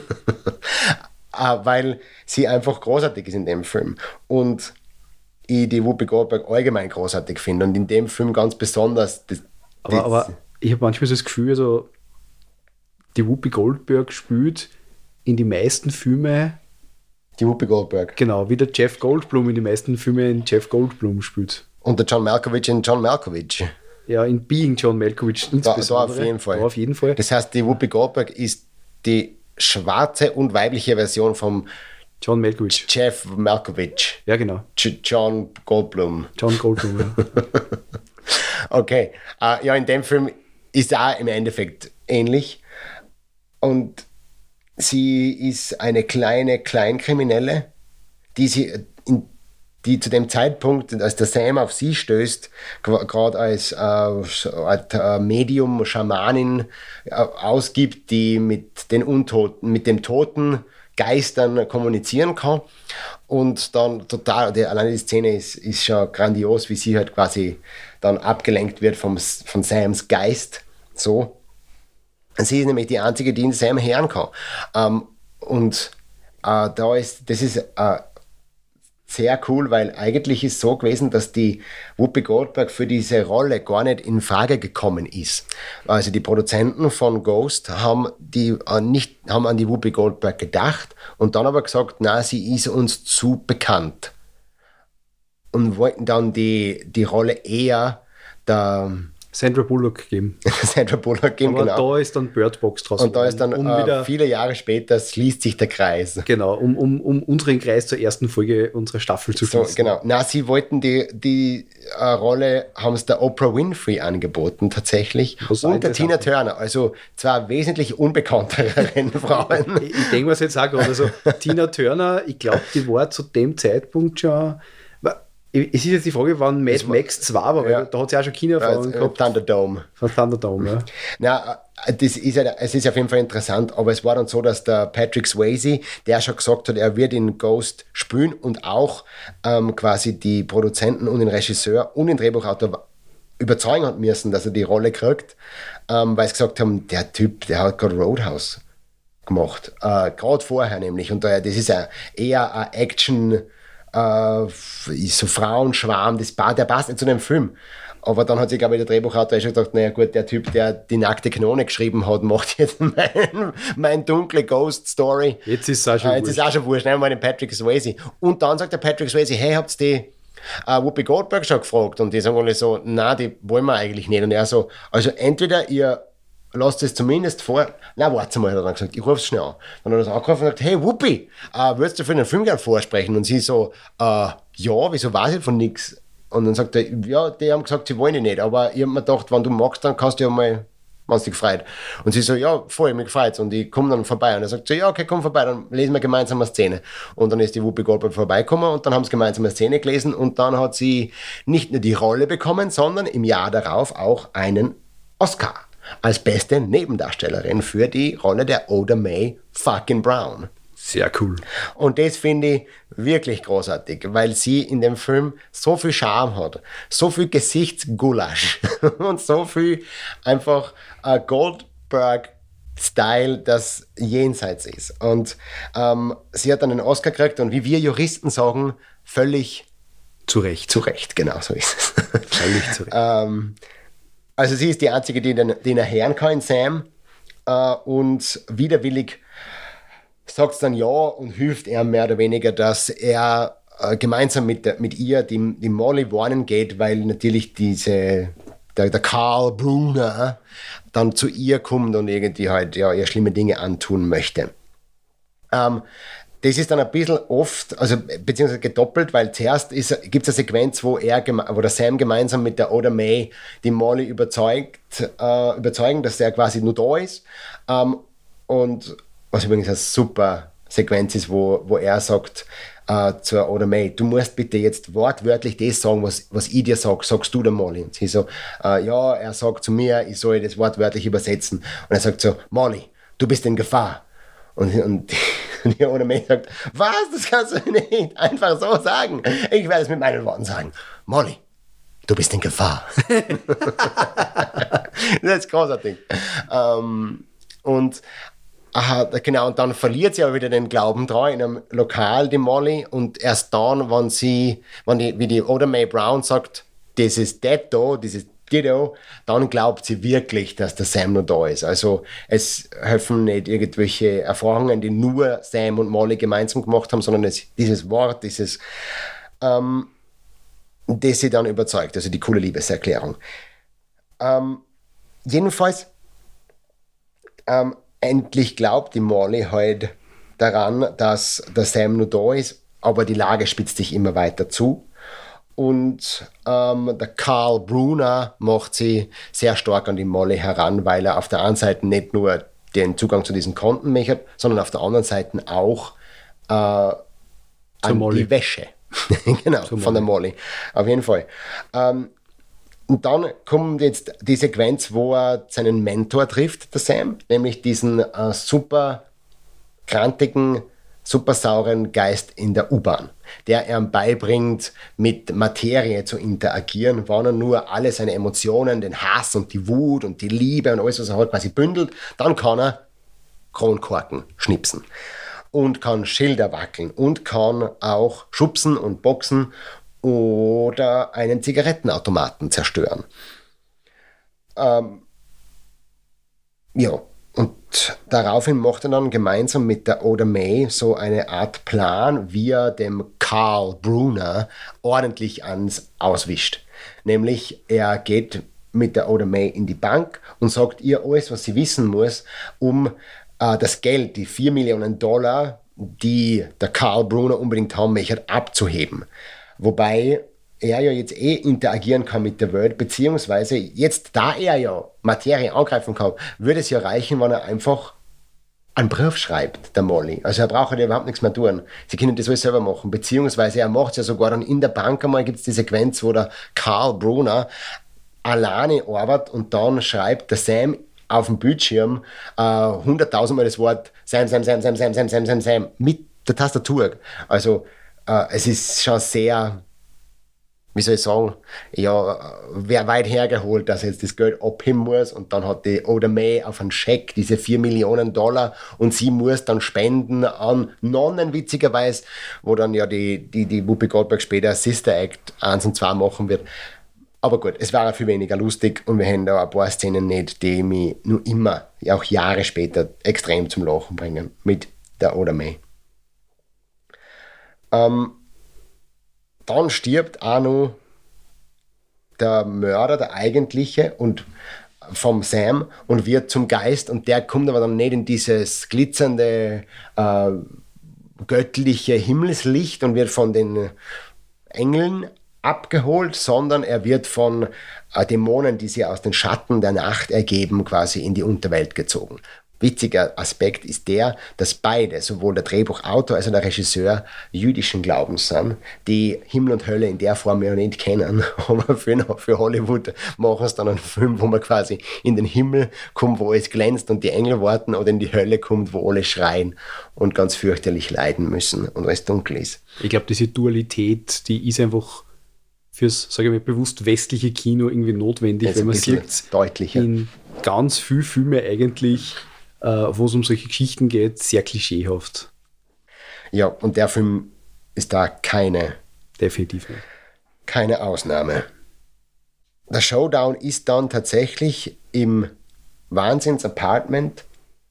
Ah, weil sie einfach großartig ist in dem Film. Und ich die Whoopi Goldberg allgemein großartig finde. Und in dem Film ganz besonders. Das, aber, das aber ich habe manchmal so das Gefühl, also, die Whoopi Goldberg spielt in die meisten Filme. Die Whoopi Goldberg. Genau, wie der Jeff Goldblum in die meisten Filme in Jeff Goldblum spielt. Und der John Malkovich in John Malkovich. Ja, in Being John Malkovich insbesondere. Da, da auf jeden Fall. Da auf jeden Fall. Das heißt, die Whoopi Goldberg ist die schwarze und weibliche Version vom John Malkovich. Jeff Malkovich. Ja, genau. John Goldblum. John Goldblum, ja. Okay. Uh, ja, in dem Film ist er auch im Endeffekt ähnlich. Und sie ist eine kleine Kleinkriminelle, die sie in die zu dem Zeitpunkt, als der Sam auf sie stößt, gerade als, äh, als äh, Medium, Schamanin äh, ausgibt, die mit den Untoten, mit dem toten Geistern kommunizieren kann. Und dann total, die, alleine die Szene ist, ist schon grandios, wie sie halt quasi dann abgelenkt wird vom, von Sams Geist. So. Sie ist nämlich die einzige, die den Sam hören kann. Ähm, und äh, da ist, das ist äh, sehr cool, weil eigentlich ist es so gewesen, dass die Whoopi Goldberg für diese Rolle gar nicht in Frage gekommen ist. Also die Produzenten von Ghost haben, die, äh, nicht, haben an die Whoopi Goldberg gedacht und dann aber gesagt, na, sie ist uns zu bekannt. Und wollten dann die, die Rolle eher der Sandra Bullock geben. Sandra Bullock geben, aber genau. da ist dann Bird Box draus. Und da ist dann um äh, wieder, viele Jahre später schließt sich der Kreis. Genau, um, um, um unseren Kreis zur ersten Folge unserer Staffel zu schließen. So, genau. Na, sie wollten die, die äh, Rolle, haben es der Oprah Winfrey angeboten, tatsächlich. Was und der Tina Turner, also zwei wesentlich unbekanntere Rennfrauen. ich ich denke mir jetzt auch gerade, also Tina Turner, ich glaube, die war zu dem Zeitpunkt schon, Es ist jetzt die Frage, wann Mad war, Max zwei war, weil ja. da hat es ja auch schon Kinoerfahrung gehabt. Thunderdome. Von Thunderdome, ja. Na, das ist ja, es ist auf jeden Fall interessant, aber es war dann so, dass der Patrick Swayze, der schon gesagt hat, er wird in Ghost spielen und auch ähm, quasi die Produzenten und den Regisseur und den Drehbuchautor überzeugen hat müssen, dass er die Rolle kriegt, ähm, weil sie gesagt haben, der Typ, der hat gerade Roadhouse gemacht. Äh, gerade vorher nämlich. Und äh, das ist ja eher ein Action- Uh, so Frauenschwarm, das, der passt nicht zu dem Film. Aber dann hat sich, glaube ich, der Drehbuchautor schon gedacht, naja gut, der Typ, der die nackte Kanone geschrieben hat, macht jetzt mein, mein dunkle Ghost-Story. Jetzt ist es auch schon uh, Jetzt wurscht. ist auch schon wurscht, nehmen wir mal den Patrick Swayze. Und dann sagt der Patrick Swayze, hey, habt ihr die uh, Whoopi Goldberg schon gefragt? Und die sagen alle so, nein, die wollen wir eigentlich nicht. Und er so, also entweder ihr lasst es zumindest vor. Na, warte mal, hat er dann gesagt, ich rufe es schnell an. Dann hat er das angerufen und gesagt, hey Whoopi, äh, würdest du für den Film gerne vorsprechen? Und sie so, äh, ja, wieso weiß ich von nichts? Und dann sagt er, ja, die haben gesagt, sie wollen ihn nicht, aber ich habe mir gedacht, wenn du magst, dann kannst du ja mal, wenn es dich gefreut. Und sie so, ja, voll, mich gefreut. Und ich komme dann vorbei. Und er sagt so, ja, okay, komm vorbei, dann lesen wir gemeinsam eine Szene. Und dann ist die Whoopi Goldberg vorbeigekommen und dann haben sie gemeinsam eine Szene gelesen und dann hat sie nicht nur die Rolle bekommen, sondern im Jahr darauf auch einen Oscar als beste Nebendarstellerin für die Rolle der Oda Mae fucking Brown. Sehr cool. Und das finde ich wirklich großartig, weil sie in dem Film so viel Charme hat, so viel Gesichtsgulasch und so viel einfach äh, Goldberg-Style, das jenseits ist. Und ähm, sie hat dann einen Oscar gekriegt und wie wir Juristen sagen, völlig zu Recht. Zu Recht, genau so ist es. Völlig zu Recht. ähm, Also sie ist die Einzige, die den, den er hören kann in Sam äh, und widerwillig sagt es dann ja und hilft er mehr oder weniger, dass er äh, gemeinsam mit, der, mit ihr die, die Molly warnen geht, weil natürlich diese, der, der Carl Brunner dann zu ihr kommt und irgendwie halt ja, ihr schlimme Dinge antun möchte. Ähm, Das ist dann ein bisschen oft, also beziehungsweise gedoppelt, weil zuerst gibt es eine Sequenz, wo er, wo der Sam gemeinsam mit der Oda Mae die Molly überzeugt, äh, überzeugen, dass er quasi nur da ist. Ähm, und was übrigens eine super Sequenz ist, wo, wo er sagt äh, zur Oda Mae, du musst bitte jetzt wortwörtlich das sagen, was, was ich dir sage, sagst du der Molly. Und sie so, äh, ja, er sagt zu mir, ich soll das wortwörtlich übersetzen. Und er sagt so, Molly, du bist in Gefahr. Und, und Und die Oda Mae sagt, was, das kannst du nicht einfach so sagen. Ich werde es mit meinen Worten sagen. Molly, du bist in Gefahr. Das ist großartig. Ähm, und aha, genau, und dann verliert sie aber wieder den Glauben dran in einem Lokal, die Molly. Und erst dann, wenn sie, wenn die, wie die Oda Mae Brown sagt, das ist das da, das ist Ditto, dann glaubt sie wirklich, dass der Sam noch da ist. Also es helfen nicht irgendwelche Erfahrungen, die nur Sam und Molly gemeinsam gemacht haben, sondern es, dieses Wort, dieses, ähm, das sie dann überzeugt, also die coole Liebeserklärung. Ähm, jedenfalls, ähm, endlich glaubt die Molly halt daran, dass der Sam noch da ist, aber die Lage spitzt sich immer weiter zu. Und ähm, der Carl Brunner macht sie sehr stark an die Molly heran, weil er auf der einen Seite nicht nur den Zugang zu diesen Konten möchte, sondern auf der anderen Seite auch äh, an Molly. die Wäsche. Genau, Zur von der Molly. Auf jeden Fall. Ähm, und dann kommt jetzt die Sequenz, wo er seinen Mentor trifft, der Sam, nämlich diesen äh, super krantigen, super sauren Geist in der U-Bahn, der ihm beibringt, mit Materie zu interagieren, wenn er nur alle seine Emotionen, den Hass und die Wut und die Liebe und alles, was er hat, quasi bündelt, dann kann er Kronkorken schnipsen und kann Schilder wackeln und kann auch schubsen und boxen oder einen Zigarettenautomaten zerstören. Ähm, ja, und daraufhin macht er dann gemeinsam mit der Oda Mae so eine Art Plan, wie er dem Carl Brunner ordentlich ans Auswischt. Nämlich, er geht mit der Oda Mae in die Bank und sagt ihr alles, was sie wissen muss, um äh, das Geld, die vier Millionen Dollar, die der Carl Brunner unbedingt haben möchte, abzuheben. Wobei er ja jetzt eh interagieren kann mit der Welt, beziehungsweise jetzt, da er ja Materie angreifen kann, würde es ja reichen, wenn er einfach einen Brief schreibt, der Molly. Also er braucht ja überhaupt nichts mehr tun. Sie können das alles selber machen. Beziehungsweise er macht es ja sogar dann in der Bank einmal, gibt es die Sequenz, wo der Carl Brunner alleine arbeitet und dann schreibt der Sam auf dem Bildschirm hunderttausend äh, Mal das Wort Sam, Sam, Sam, Sam, Sam, Sam, Sam, Sam, Sam mit der Tastatur. Also äh, es ist schon sehr, wie soll ich sagen, ja, wer weit hergeholt, dass er jetzt das Geld abheben muss und dann hat die Oda Mae auf einen Scheck diese vier Millionen Dollar und sie muss dann spenden an Nonnen, witzigerweise, wo dann ja die, die, die Whoopi Goldberg später Sister Act eins und zwei machen wird. Aber gut, es war viel weniger lustig und wir haben da ein paar Szenen nicht, die mich nur immer, auch Jahre später, extrem zum Lachen bringen mit der Oda Mae. Ähm, dann stirbt auch noch der Mörder, der eigentliche, und vom Sam und wird zum Geist und der kommt aber dann nicht in dieses glitzernde, äh, göttliche Himmelslicht und wird von den Engeln abgeholt, sondern er wird von äh, Dämonen, die sich aus den Schatten der Nacht ergeben, quasi in die Unterwelt gezogen. Witziger Aspekt ist der, dass beide, sowohl der Drehbuchautor als auch der Regisseur, jüdischen Glaubens sind, die Himmel und Hölle in der Form ja nicht kennen. Aber für, für Hollywood machen es dann einen Film, wo man quasi in den Himmel kommt, wo es glänzt und die Engel warten, oder in die Hölle kommt, wo alle schreien und ganz fürchterlich leiden müssen und es dunkel ist. Ich glaube, diese Dualität, die ist einfach fürs, sage ich mal, bewusst westliche Kino irgendwie notwendig, Jetzt weil man sieht deutlicher in ganz vielen Filmen eigentlich, äh, wo es um solche Geschichten geht, sehr klischeehaft. Ja, und der Film ist da keine, definitiv nicht. Keine Ausnahme. Der Showdown ist dann tatsächlich im Wahnsinns-Apartment,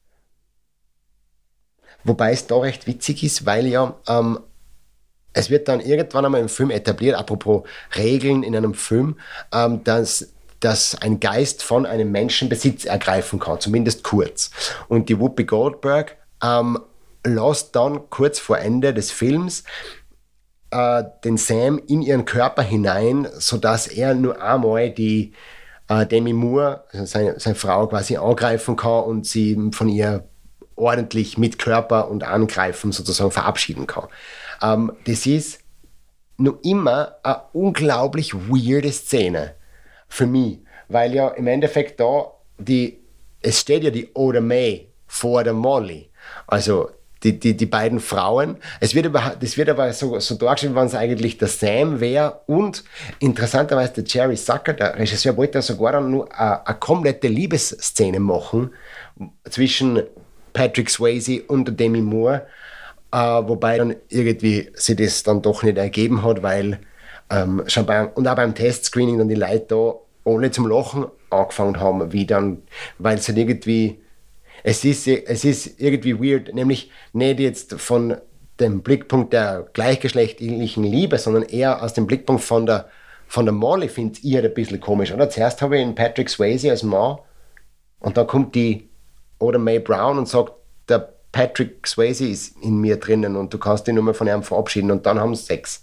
wobei es da recht witzig ist, weil ja ähm, es wird dann irgendwann einmal im Film etabliert, apropos Regeln in einem Film, ähm, dass, dass ein Geist von einem Menschen Besitz ergreifen kann, zumindest kurz. Und die Whoopi Goldberg ähm, lässt dann kurz vor Ende des Films äh, den Sam in ihren Körper hinein, sodass er nur einmal die äh, Demi Moore, also seine, seine Frau, quasi angreifen kann und sie von ihr ordentlich mit Körper und Angreifen sozusagen verabschieden kann. Ähm, das ist noch immer eine unglaublich weirde Szene für mich, weil ja im Endeffekt da die, es steht ja die Oda Mae vor der Molly, also die, die, die beiden Frauen. Es wird aber, das wird aber so, so dargestellt, wenn es eigentlich der Sam wäre und interessanterweise der Jerry Zucker, der Regisseur, wollte sogar dann nur eine, eine komplette Liebesszene machen zwischen Patrick Swayze und der Demi Moore, äh, wobei dann irgendwie sich das dann doch nicht ergeben hat, weil ähm, schon beim, und auch beim Testscreening dann die Leute da ohne zum Lachen angefangen haben, wie dann, weil es halt irgendwie, es ist, es ist irgendwie weird, nämlich nicht jetzt von dem Blickpunkt der gleichgeschlechtlichen Liebe, sondern eher aus dem Blickpunkt von der, von der Molly, finde ich halt ein bisschen komisch, oder? Zuerst habe ich einen Patrick Swayze als Mann und dann kommt die Oda Mae Brown und sagt, der Patrick Swayze ist in mir drinnen und du kannst dich nur mal von ihm verabschieden und dann haben sie Sex.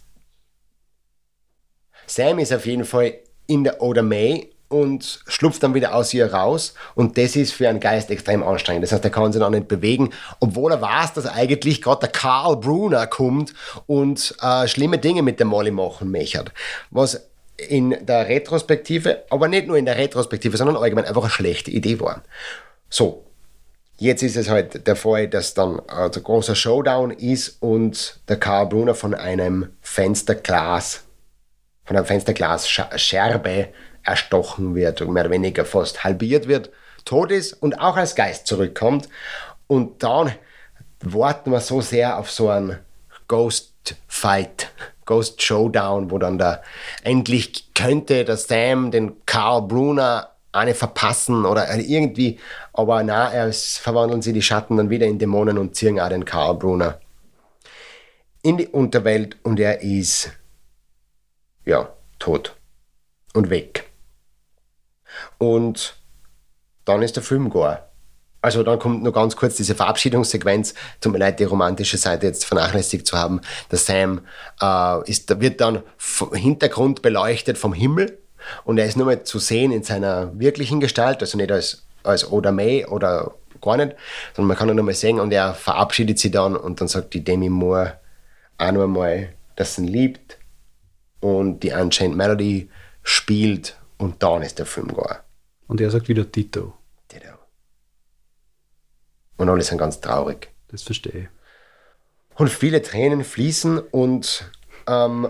Sam ist auf jeden Fall in der Oda Mae und schlupft dann wieder aus ihr raus und das ist für einen Geist extrem anstrengend. Das heißt, er kann sich dann nicht bewegen, obwohl er weiß, dass eigentlich gerade der Carl Brunner kommt und äh, schlimme Dinge mit der Molly machen möchte. Was in der Retrospektive, aber nicht nur in der Retrospektive, sondern allgemein einfach eine schlechte Idee war. So, jetzt ist es halt der Fall, dass dann äh, der große Showdown ist und der Carl Brunner von einem Fensterglas, von einer Fensterglasscherbe erstochen wird und mehr oder weniger fast halbiert wird, tot ist und auch als Geist zurückkommt. Und dann warten wir so sehr auf so einen Ghost Fight, Ghost Showdown, wo dann der endlich könnte der Sam den Carl Brunner eine verpassen oder irgendwie, aber na, es verwandeln sie die Schatten dann wieder in Dämonen und ziehen auch den Carl Brunner in die Unterwelt und er ist ja tot und weg. Und dann ist der Film gar. Also dann kommt nur ganz kurz diese Verabschiedungssequenz, tut mir leid, die romantische Seite jetzt vernachlässigt zu haben. Der Sam äh, ist, wird dann vom Hintergrund beleuchtet vom Himmel und er ist nur mal zu sehen in seiner wirklichen Gestalt, also nicht als, als Oda Mae oder gar nicht, sondern man kann ihn nochmal sehen und er verabschiedet sich dann und dann sagt die Demi Moore auch noch einmal, dass sie ihn liebt und die Unchained Melody spielt und dann ist der Film gar. Und er sagt wieder Tito. Tito. Und alle sind ganz traurig. Das verstehe ich. Und viele Tränen fließen und ähm,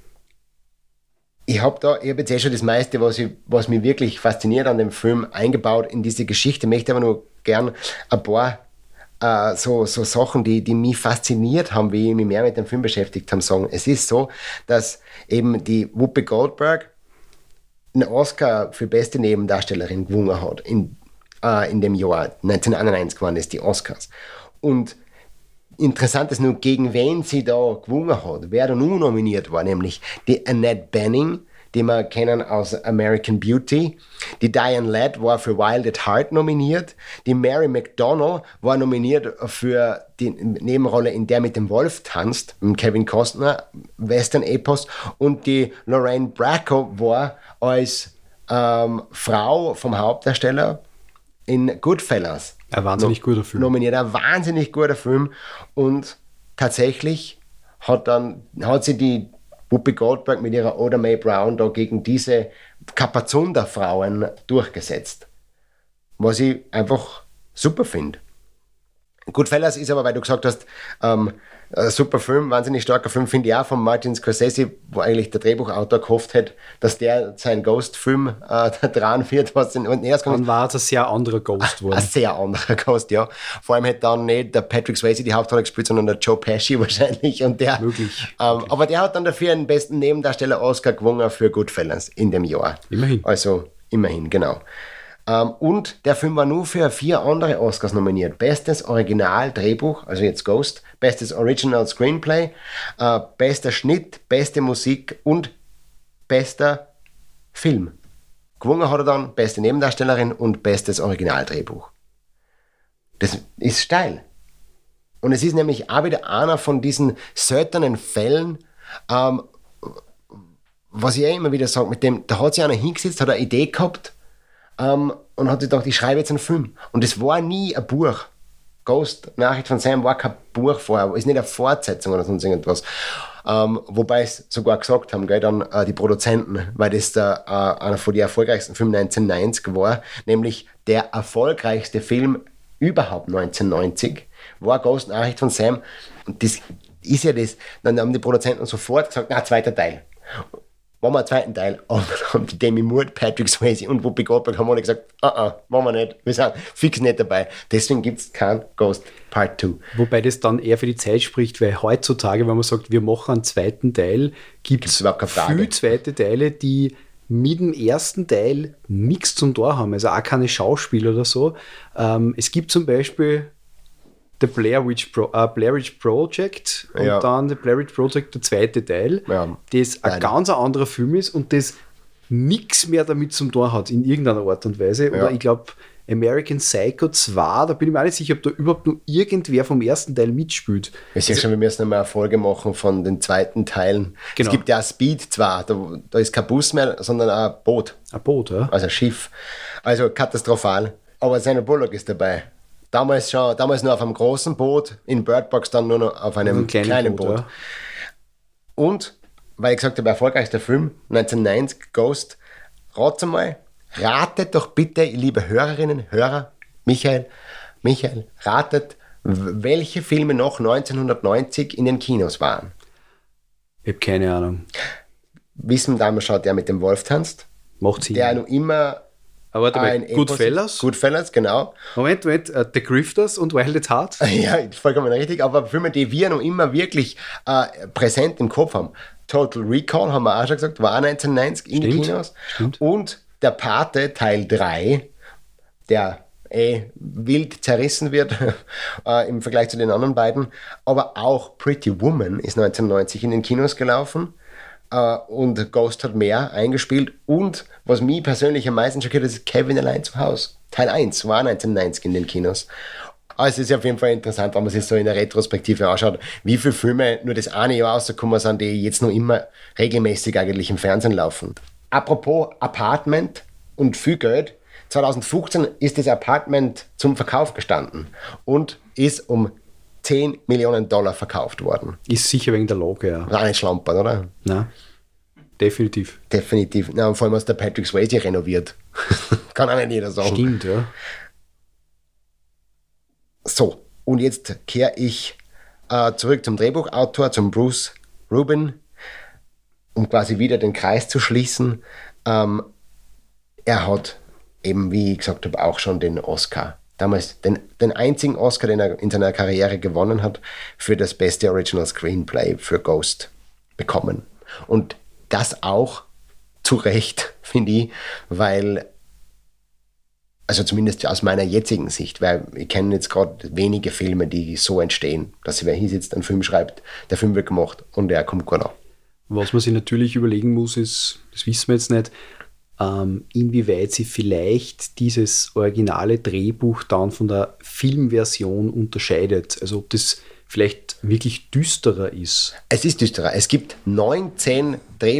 ich habe da, ich habe jetzt eh schon das meiste, was, ich, was mich wirklich fasziniert an dem Film eingebaut in diese Geschichte, möchte aber nur gern ein paar äh, so, so Sachen, die, die mich fasziniert haben, wie ich mich mehr mit dem Film beschäftigt habe, sagen. Es ist so, dass eben die Whoopi Goldberg einen Oscar für beste Nebendarstellerin gewonnen hat in, äh, in dem Jahr neunzehnhunderteinundneunzig waren das die Oscars. Und interessant ist nur, gegen wen sie da gewonnen hat, wer da nur nominiert war, nämlich die Annette Bening, die wir kennen aus American Beauty. Die Diane Ladd war für Wild at Heart nominiert. Die Mary McDonnell war nominiert für die Nebenrolle in Der mit dem Wolf tanzt, mit Kevin Costner, Western-Epos. Und die Lorraine Bracco war als ähm, Frau vom Hauptdarsteller in Goodfellas. Ein wahnsinnig no- guter Film. Nominiert, ein wahnsinnig guter Film. Und tatsächlich hat dann, hat sie die Whoopi Goldberg mit ihrer Oda Mae Brown da gegen diese Kapazunder-Frauen durchgesetzt. Was ich einfach super finde. Goodfellas ist aber, weil du gesagt hast, ähm, ein super Film, wahnsinnig starker Film, finde ich auch von Martin Scorsese, wo eigentlich der Drehbuchautor gehofft hat, dass der seinen Ghost-Film äh, da dran wird. Was in, und erst dann war es ein sehr anderer Ghost geworden. Ein sehr anderer Ghost, ja. Vor allem hätte dann nicht der Patrick Swayze die Hauptrolle gespielt, sondern der Joe Pesci wahrscheinlich. Und der, Möglich. Ähm, Möglich. Aber der hat dann dafür einen besten Nebendarsteller Oscar gewonnen für Goodfellas in dem Jahr. Immerhin. Also immerhin, genau. Um, und der Film war nur für vier andere Oscars nominiert. Bestes Original-Drehbuch, also jetzt Ghost, bestes Original Screenplay, uh, bester Schnitt, beste Musik und bester Film. Gewonnen hat er dann beste Nebendarstellerin und bestes Originaldrehbuch. Das ist steil. Und es ist nämlich auch wieder einer von diesen seltenen Fällen, um, was ich ja immer wieder sage, mit dem, da hat sich einer hingesetzt, hat eine Idee gehabt, Um, und hat sich gedacht, ich schreibe jetzt einen Film. Und es war nie ein Buch. Ghost, Nachricht von Sam, war kein Buch vorher, ist nicht eine Fortsetzung oder sonst irgendwas. Um, wobei es sogar gesagt haben, gell, dann uh, die Produzenten, weil das der, uh, einer von den erfolgreichsten Filmen neunzehnhundertneunzig war, nämlich der erfolgreichste Film überhaupt neunzehnhundertneunzig, war Ghost, Nachricht von Sam. Und das ist ja das. Dann haben die Produzenten sofort gesagt, na, zweiter Teil. Machen wir einen zweiten Teil. Und dann haben die Demi Moore, Patrick Swayze und Whoopi Goldberg haben alle gesagt, ah, ah, machen wir nicht, wir sind fix nicht dabei. Deswegen gibt es kein Ghost Part zwei. Wobei das dann eher für die Zeit spricht, weil heutzutage, wenn man sagt, wir machen einen zweiten Teil, gibt es viele zweite Teile, die mit dem ersten Teil nichts zum Tor haben, also auch keine Schauspieler oder so. Ähm, es gibt zum Beispiel The Blair Witch, Pro, uh, Blair Witch Project und ja. dann The Blair Witch Project, der zweite Teil, ja. das ein ganz anderer Film ist und das nichts mehr damit zum Tor hat, in irgendeiner Art und Weise. Ja. Oder ich glaube, American Psycho zwei, da bin ich mir auch nicht sicher, ob da überhaupt nur irgendwer vom ersten Teil mitspielt. Ich sehe schon, wir müssen einmal eine Folge machen von den zweiten Teilen. Genau. Es gibt ja Speed zwei, da, da ist kein Bus mehr, sondern ein Boot. Ein Boot, ja. Also ein Schiff. Also katastrophal. Aber Sandra Bullock ist dabei. Damals schon, damals nur auf einem großen Boot, in Bird Box dann nur noch auf einem ein kleinen, kleinen Boot. Boot. Ja. Und, weil ich gesagt habe, erfolgreichster Film, neunzehnhundertneunzig, Ghost, rate mal, ratet doch bitte, liebe Hörerinnen, Hörer, Michael, Michael, ratet, welche Filme noch neunzehnhundertneunzig in den Kinos waren. Ich habe keine Ahnung. Wissen wir damals schon, der mit dem Wolf tanzt. Macht Sinn. Der noch immer... Aber warte mal, Goodfellas? Goodfellas, genau. Moment, Moment, uh, The Grifters und Wild at Heart? Ja, vollkommen richtig, aber Filme, die wir noch immer wirklich äh, präsent im Kopf haben. Total Recall, haben wir auch schon gesagt, war neunzehnhundertneunzig in den Kinos. Stimmt. Und Der Pate, Teil drei, der eh wild zerrissen wird äh, im Vergleich zu den anderen beiden. Aber auch Pretty Woman ist neunzehnhundertneunzig in den Kinos gelaufen. Uh, und Ghost hat mehr eingespielt. Und was mich persönlich am meisten schockiert, ist Kevin allein zu Hause. Teil eins war neunzehnhundertneunzig in den Kinos. Also es ist auf jeden Fall interessant, wenn man sich so in der Retrospektive anschaut, wie viele Filme nur das eine Jahr rausgekommen sind, die jetzt noch immer regelmäßig eigentlich im Fernsehen laufen. Apropos Apartment und viel Geld. zwanzig fünfzehn ist das Apartment zum Verkauf gestanden und ist um zehn Millionen Dollar verkauft worden. Ist sicher wegen der Lage, ja. War nicht schlampern, oder? Nein, definitiv. Definitiv. Na, und vor allem aus der Patrick Swayze renoviert. Kann auch nicht jeder sagen. Stimmt, ja. So, und jetzt kehre ich äh, zurück zum Drehbuchautor, zum Bruce Rubin, um quasi wieder den Kreis zu schließen. Ähm, er hat eben, wie ich gesagt habe, auch schon den Oscar, damals den, den einzigen Oscar, den er in seiner Karriere gewonnen hat, für das beste Original Screenplay für Ghost bekommen. Und das auch zu Recht, finde ich, weil, also zumindest aus meiner jetzigen Sicht, weil ich kenne jetzt gerade wenige Filme, die so entstehen, dass wer hier sitzt, einen Film schreibt, der Film wird gemacht und er kommt gut an. Was man sich natürlich überlegen muss, ist, das wissen wir jetzt nicht, ähm, inwieweit sie vielleicht dieses originale Drehbuch dann von der Filmversion unterscheidet. Also ob das vielleicht wirklich düsterer ist. Es ist düsterer. Es gibt neunzehn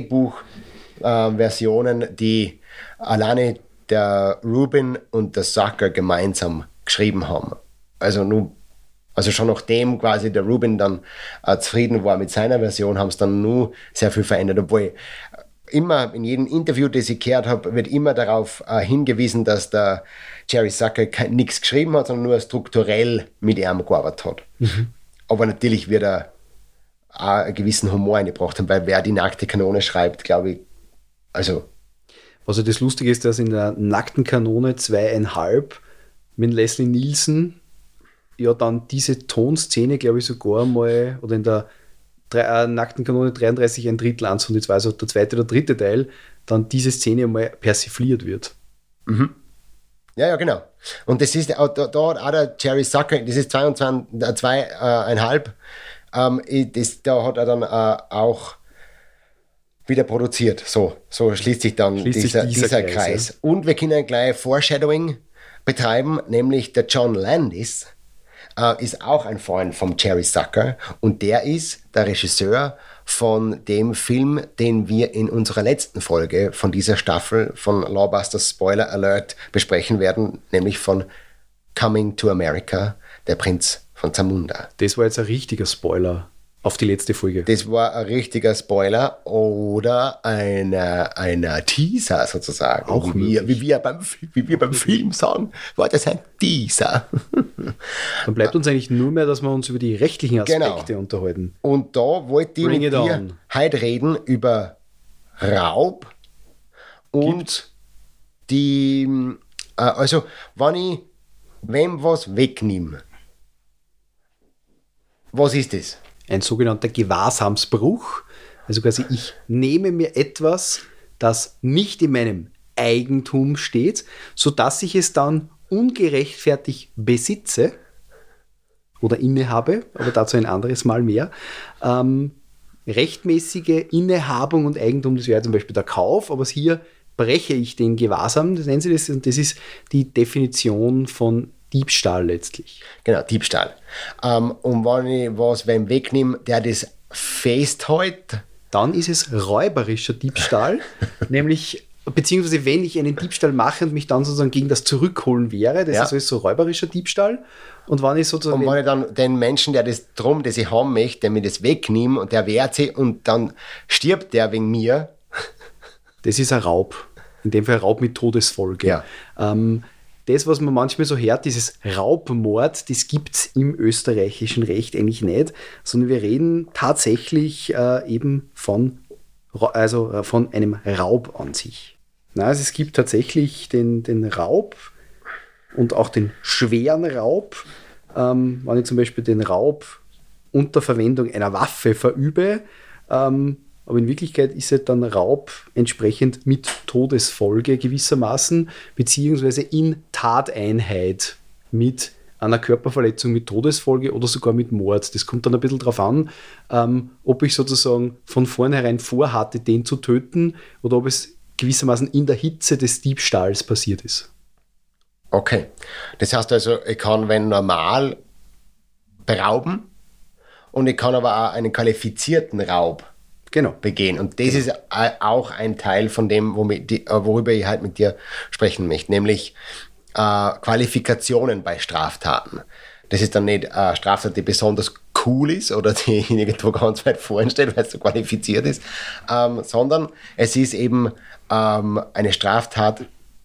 Drehbuchversionen, äh, die alleine der Rubin und der Zucker gemeinsam geschrieben haben. Also nur, also schon nachdem quasi der Rubin dann äh, zufrieden war mit seiner Version, haben es dann nur sehr viel verändert. Obwohl immer in jedem Interview, das ich gehört habe, wird immer darauf äh, hingewiesen, dass der Jerry Zucker nichts geschrieben hat, sondern nur strukturell mit ihm gearbeitet hat. Mhm. Aber natürlich wird er auch einen gewissen Humor eingebracht haben, weil wer die nackte Kanone schreibt, glaube ich, also. Also das Lustige ist, dass in der nackten Kanone zweieinhalb mit Leslie Nielsen ja dann diese Tonszene, glaube ich, sogar mal, oder in der drei, äh, nackten Kanone dreiunddreißig ein Drittel eins und zwei, also der zweite oder dritte Teil, dann diese Szene mal persifliert wird. Mhm. Ja, ja, genau. Und das ist, da, da hat auch der Jerry Zucker, das ist zweiundzwanzig, zweieinhalb, ähm, das, da hat er dann äh, auch wieder produziert. So, so schließt sich dann schließt dieser, sich dieser, dieser Kreis. Kreis. Ja. Und wir können gleich Foreshadowing betreiben, nämlich der John Landis äh, ist auch ein Freund vom Jerry Zucker und der ist der Regisseur von dem Film, den wir in unserer letzten Folge von dieser Staffel von Lawbusters Spoiler Alert besprechen werden, nämlich von Coming to America, der Prinz von Zamunda. Das war jetzt ein richtiger Spoiler auf die letzte Folge. Das war ein richtiger Spoiler oder ein einer Teaser sozusagen. Auch wie wir, wie, wir beim, wie wir beim Film sagen, war das ein Teaser. Dann bleibt uns eigentlich nur mehr, dass wir uns über die rechtlichen Aspekte genau. unterhalten. Und da wollte ich Bring mit it dir on. heute reden über Raub und Gibt. die, äh, also wenn ich wem was wegnehme, was ist das? Ein sogenannter Gewahrsamsbruch. Also quasi, ich nehme mir etwas, das nicht in meinem Eigentum steht, sodass ich es dann ungerechtfertigt besitze oder innehabe, aber dazu ein anderes Mal mehr. Ähm, rechtmäßige Innehabung und Eigentum, das wäre zum Beispiel der Kauf, aber hier breche ich den Gewahrsam, das nennen sie das, und das ist die Definition von Diebstahl letztlich. Genau, Diebstahl. Ähm, und wenn ich was wem wegnehme, der das festhält, dann ist es räuberischer Diebstahl, nämlich, beziehungsweise wenn ich einen Diebstahl mache und mich dann sozusagen gegen das zurückholen wäre, das ja. ist alles so räuberischer Diebstahl. Und wenn ich sozusagen. Und wenn ich dann den Menschen, der das drum, das ich haben möchte, der mir das wegnimmt und der wehrt sich und dann stirbt der wegen mir. Das ist ein Raub. In dem Fall Raub mit Todesfolge. Ja. Ähm, das, was man manchmal so hört, dieses Raubmord, das gibt es im österreichischen Recht eigentlich nicht, sondern wir reden tatsächlich äh, eben von, also, äh, von einem Raub an sich. Na, also es gibt tatsächlich den, den Raub und auch den schweren Raub. Ähm, wenn ich zum Beispiel den Raub unter Verwendung einer Waffe verübe, ähm, aber in Wirklichkeit ist es dann Raub entsprechend mit Todesfolge gewissermaßen, beziehungsweise in Tateinheit mit einer Körperverletzung mit Todesfolge oder sogar mit Mord. Das kommt dann ein bisschen darauf an, ähm, ob ich sozusagen von vornherein vorhatte, den zu töten oder ob es gewissermaßen in der Hitze des Diebstahls passiert ist. Okay. Das heißt also, ich kann, wenn normal, berauben und ich kann aber auch einen qualifizierten Raub genau. begehen. Und das genau. ist auch ein Teil von dem, worüber ich halt mit dir sprechen möchte, nämlich äh, Qualifikationen bei Straftaten. Das ist dann nicht eine Straftat, die besonders cool ist oder die irgendwo ganz weit vorne steht, weil es so qualifiziert ist, ähm, sondern es ist eben ähm, eine Straftat,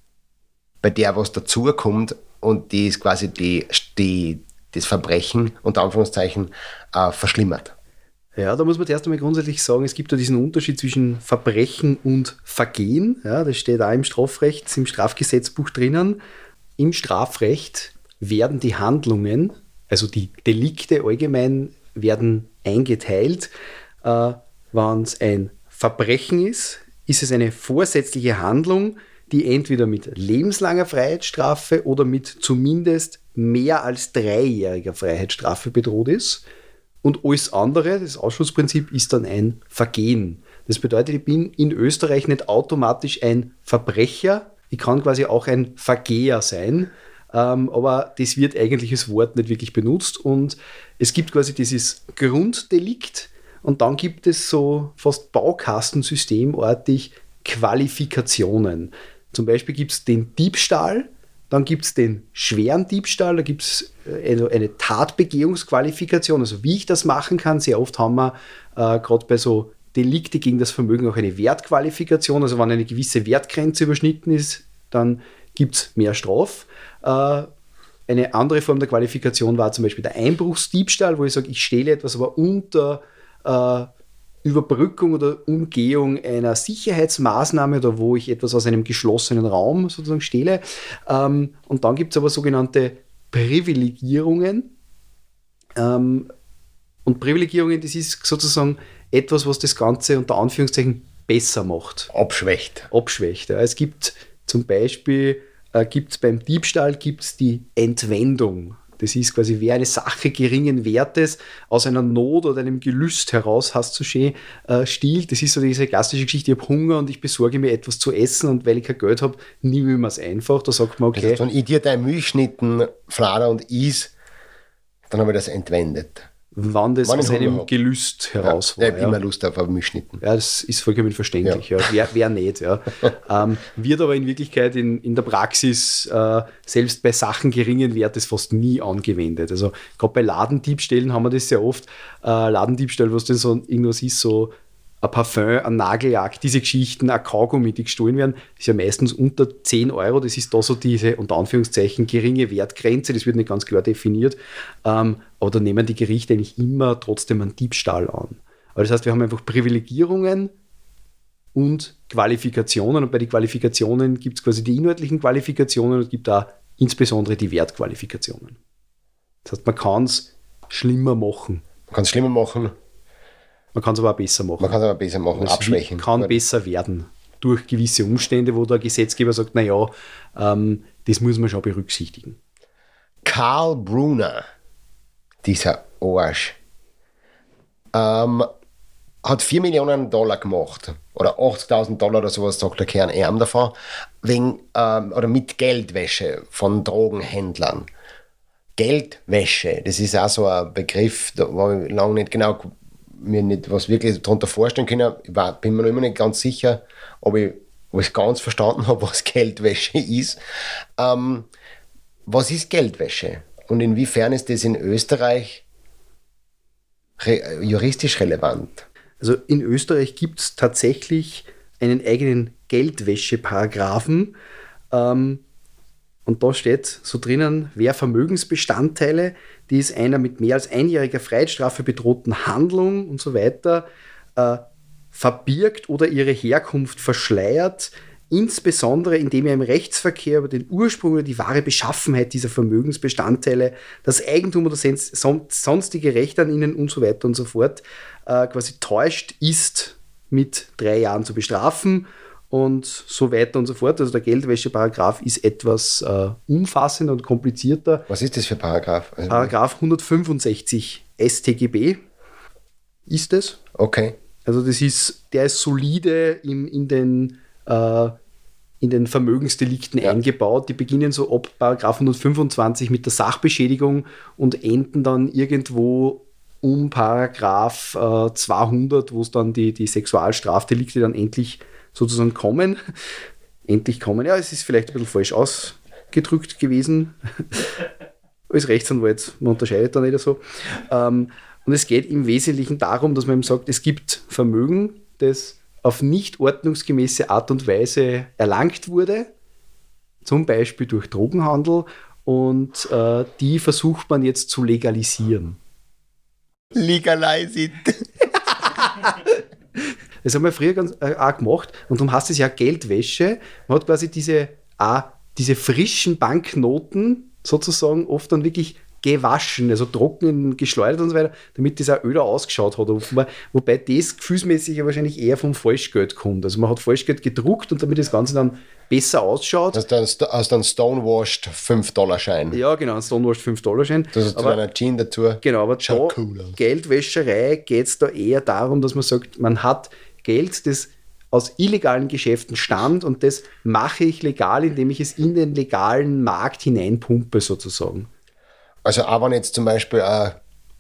bei der was dazukommt und die ist quasi die, die, das Verbrechen, unter Anführungszeichen, äh, verschlimmert. Ja, da muss man erst einmal grundsätzlich sagen, es gibt da diesen Unterschied zwischen Verbrechen und Vergehen. Ja, das steht auch im Strafrecht, im Strafgesetzbuch drinnen. Im Strafrecht werden die Handlungen, also die Delikte allgemein, werden eingeteilt. Äh, wenn es ein Verbrechen ist, ist es eine vorsätzliche Handlung, die entweder mit lebenslanger Freiheitsstrafe oder mit zumindest mehr als dreijähriger Freiheitsstrafe bedroht ist. Und alles andere, das Ausschlussprinzip, ist dann ein Vergehen. Das bedeutet, ich bin in Österreich nicht automatisch ein Verbrecher, ich kann quasi auch ein Vergeher sein, ähm, aber das wird eigentlich als Wort nicht wirklich benutzt. Und es gibt quasi dieses Grunddelikt und dann gibt es so fast Baukastensystemartig Qualifikationen. Zum Beispiel gibt es den Diebstahl, dann gibt es den schweren Diebstahl, da gibt es eine, eine Tatbegehungsqualifikation, also wie ich das machen kann. Sehr oft haben wir äh, gerade bei so Delikte gegen das Vermögen auch eine Wertqualifikation, also wenn eine gewisse Wertgrenze überschnitten ist, dann gibt es mehr Straf. Äh, eine andere Form der Qualifikation war zum Beispiel der Einbruchsdiebstahl, wo ich sage, ich stehle etwas, aber unter äh, Überbrückung oder Umgehung einer Sicherheitsmaßnahme oder wo ich etwas aus einem geschlossenen Raum sozusagen stehle. Ähm, und dann gibt es aber sogenannte Privilegierungen. Ähm, und Privilegierungen, das ist sozusagen etwas, was das Ganze unter Anführungszeichen besser macht. Abschwächt. Abschwächt. Ja. Es gibt zum Beispiel, äh, gibt's beim Diebstahl gibt's die Entwendung. Das ist quasi, wer eine Sache geringen Wertes aus einer Not oder einem Gelüst heraus, hast du schön, äh, stiehlt. Das ist so diese klassische Geschichte, ich habe Hunger und ich besorge mir etwas zu essen und weil ich kein Geld habe, nehme ich mir es einfach. Da sagt man, okay. Das heißt, wenn ich dir dein Milchschnitten flader und is, dann habe ich das entwendet. Wann das Wann aus einem Gelüst heraus ja, war. Ich habe ja. immer Lust auf einen Milchschnitten. Ja, das ist vollkommen verständlich. Ja. Ja. Wer, wer nicht. Ja. ähm, wird aber in Wirklichkeit in, in der Praxis äh, selbst bei Sachen geringen Wertes fast nie angewendet. Also gerade bei Ladendiebstählen haben wir das sehr oft. Äh, Ladendiebstahl, was denn so irgendwas ist, so ein Parfum, ein Nagellack, diese Geschichten, ein Kaugummi, die gestohlen werden, ist ja meistens unter zehn Euro. Das ist da so diese, unter Anführungszeichen, geringe Wertgrenze. Das wird nicht ganz klar definiert. Ähm, aber da nehmen die Gerichte eigentlich immer trotzdem einen Diebstahl an. Aber das heißt, wir haben einfach Privilegierungen und Qualifikationen. Und bei den Qualifikationen gibt es quasi die inhaltlichen Qualifikationen und es gibt auch insbesondere die Wertqualifikationen. Das heißt, man kann es schlimmer machen. Man kann es schlimmer machen. Man kann es aber auch besser machen. Man kann es aber besser machen, es abschwächen. kann Gut. besser werden durch gewisse Umstände, wo der Gesetzgeber sagt, naja, ähm, das muss man schon berücksichtigen. Karl Brunner, dieser Arsch, ähm, hat vier Millionen Dollar gemacht. Oder achtzigtausend Dollar oder sowas, sagt der Kern Erm davon, wegen, ähm, oder mit Geldwäsche von Drogenhändlern. Geldwäsche, das ist auch so ein Begriff, da war ich lange nicht genau mir nicht was wirklich darunter vorstellen können. Ich war, bin mir noch immer nicht ganz sicher, ob ich, ob ich ganz verstanden habe, was Geldwäsche ist. Ähm, was ist Geldwäsche? Und inwiefern ist das in Österreich re- juristisch relevant? Also in Österreich gibt es tatsächlich einen eigenen Geldwäsche-Paragraphen. Ähm, und da steht so drinnen, wer Vermögensbestandteile, die es einer mit mehr als einjähriger Freiheitsstrafe bedrohten Handlung und so weiter äh, verbirgt oder ihre Herkunft verschleiert, insbesondere indem er im Rechtsverkehr über den Ursprung oder die wahre Beschaffenheit dieser Vermögensbestandteile, das Eigentum oder sonstige Rechte an ihnen und so weiter und so fort äh, quasi täuscht, ist mit drei Jahren zu bestrafen. Und so weiter und so fort. Also der Geldwäsche-Paragraph ist etwas äh, umfassender und komplizierter. Was ist das für Paragraph? Also Paragraph hundertfünfundsechzig S t G B ist es. Okay. Also das ist, der ist solide im, in, den, äh, in den Vermögensdelikten ja. eingebaut. Die beginnen so ab Paragraph hundertfünfundzwanzig mit der Sachbeschädigung und enden dann irgendwo um Paragraph äh, zweihundert, wo es dann die, die Sexualstrafdelikte dann endlich sozusagen kommen. Endlich kommen. Ja, es ist vielleicht ein bisschen falsch ausgedrückt gewesen. Als Rechtsanwalt, man unterscheidet da nicht so. Ähm, und es geht im Wesentlichen darum, dass man eben sagt, es gibt Vermögen, das auf nicht ordnungsgemäße Art und Weise erlangt wurde, zum Beispiel durch Drogenhandel, und äh, die versucht man jetzt zu legalisieren. Legalize it. Das haben wir früher ganz, äh, auch gemacht, und darum heißt es ja Geldwäsche. Man hat quasi diese, äh, diese frischen Banknoten sozusagen oft dann wirklich gewaschen, also trocken geschleudert und so weiter, damit das auch öder ausgeschaut hat. Offenbar. Wobei das gefühlsmäßig ja wahrscheinlich eher vom Falschgeld kommt. Also man hat Falschgeld gedruckt, und damit das Ganze dann besser ausschaut. Hast du einen, hast du einen Stonewashed fünf Dollar Schein? Ja, genau, ein Stonewashed fünf Dollar Schein. Das ist zu einer Jeans dazu. Genau, aber Schaut da cool aus. Geldwäscherei geht es da eher darum, dass man sagt, man hat Geld, das aus illegalen Geschäften stammt, und das mache ich legal, indem ich es in den legalen Markt hineinpumpe sozusagen. Also auch wenn jetzt zum Beispiel eine,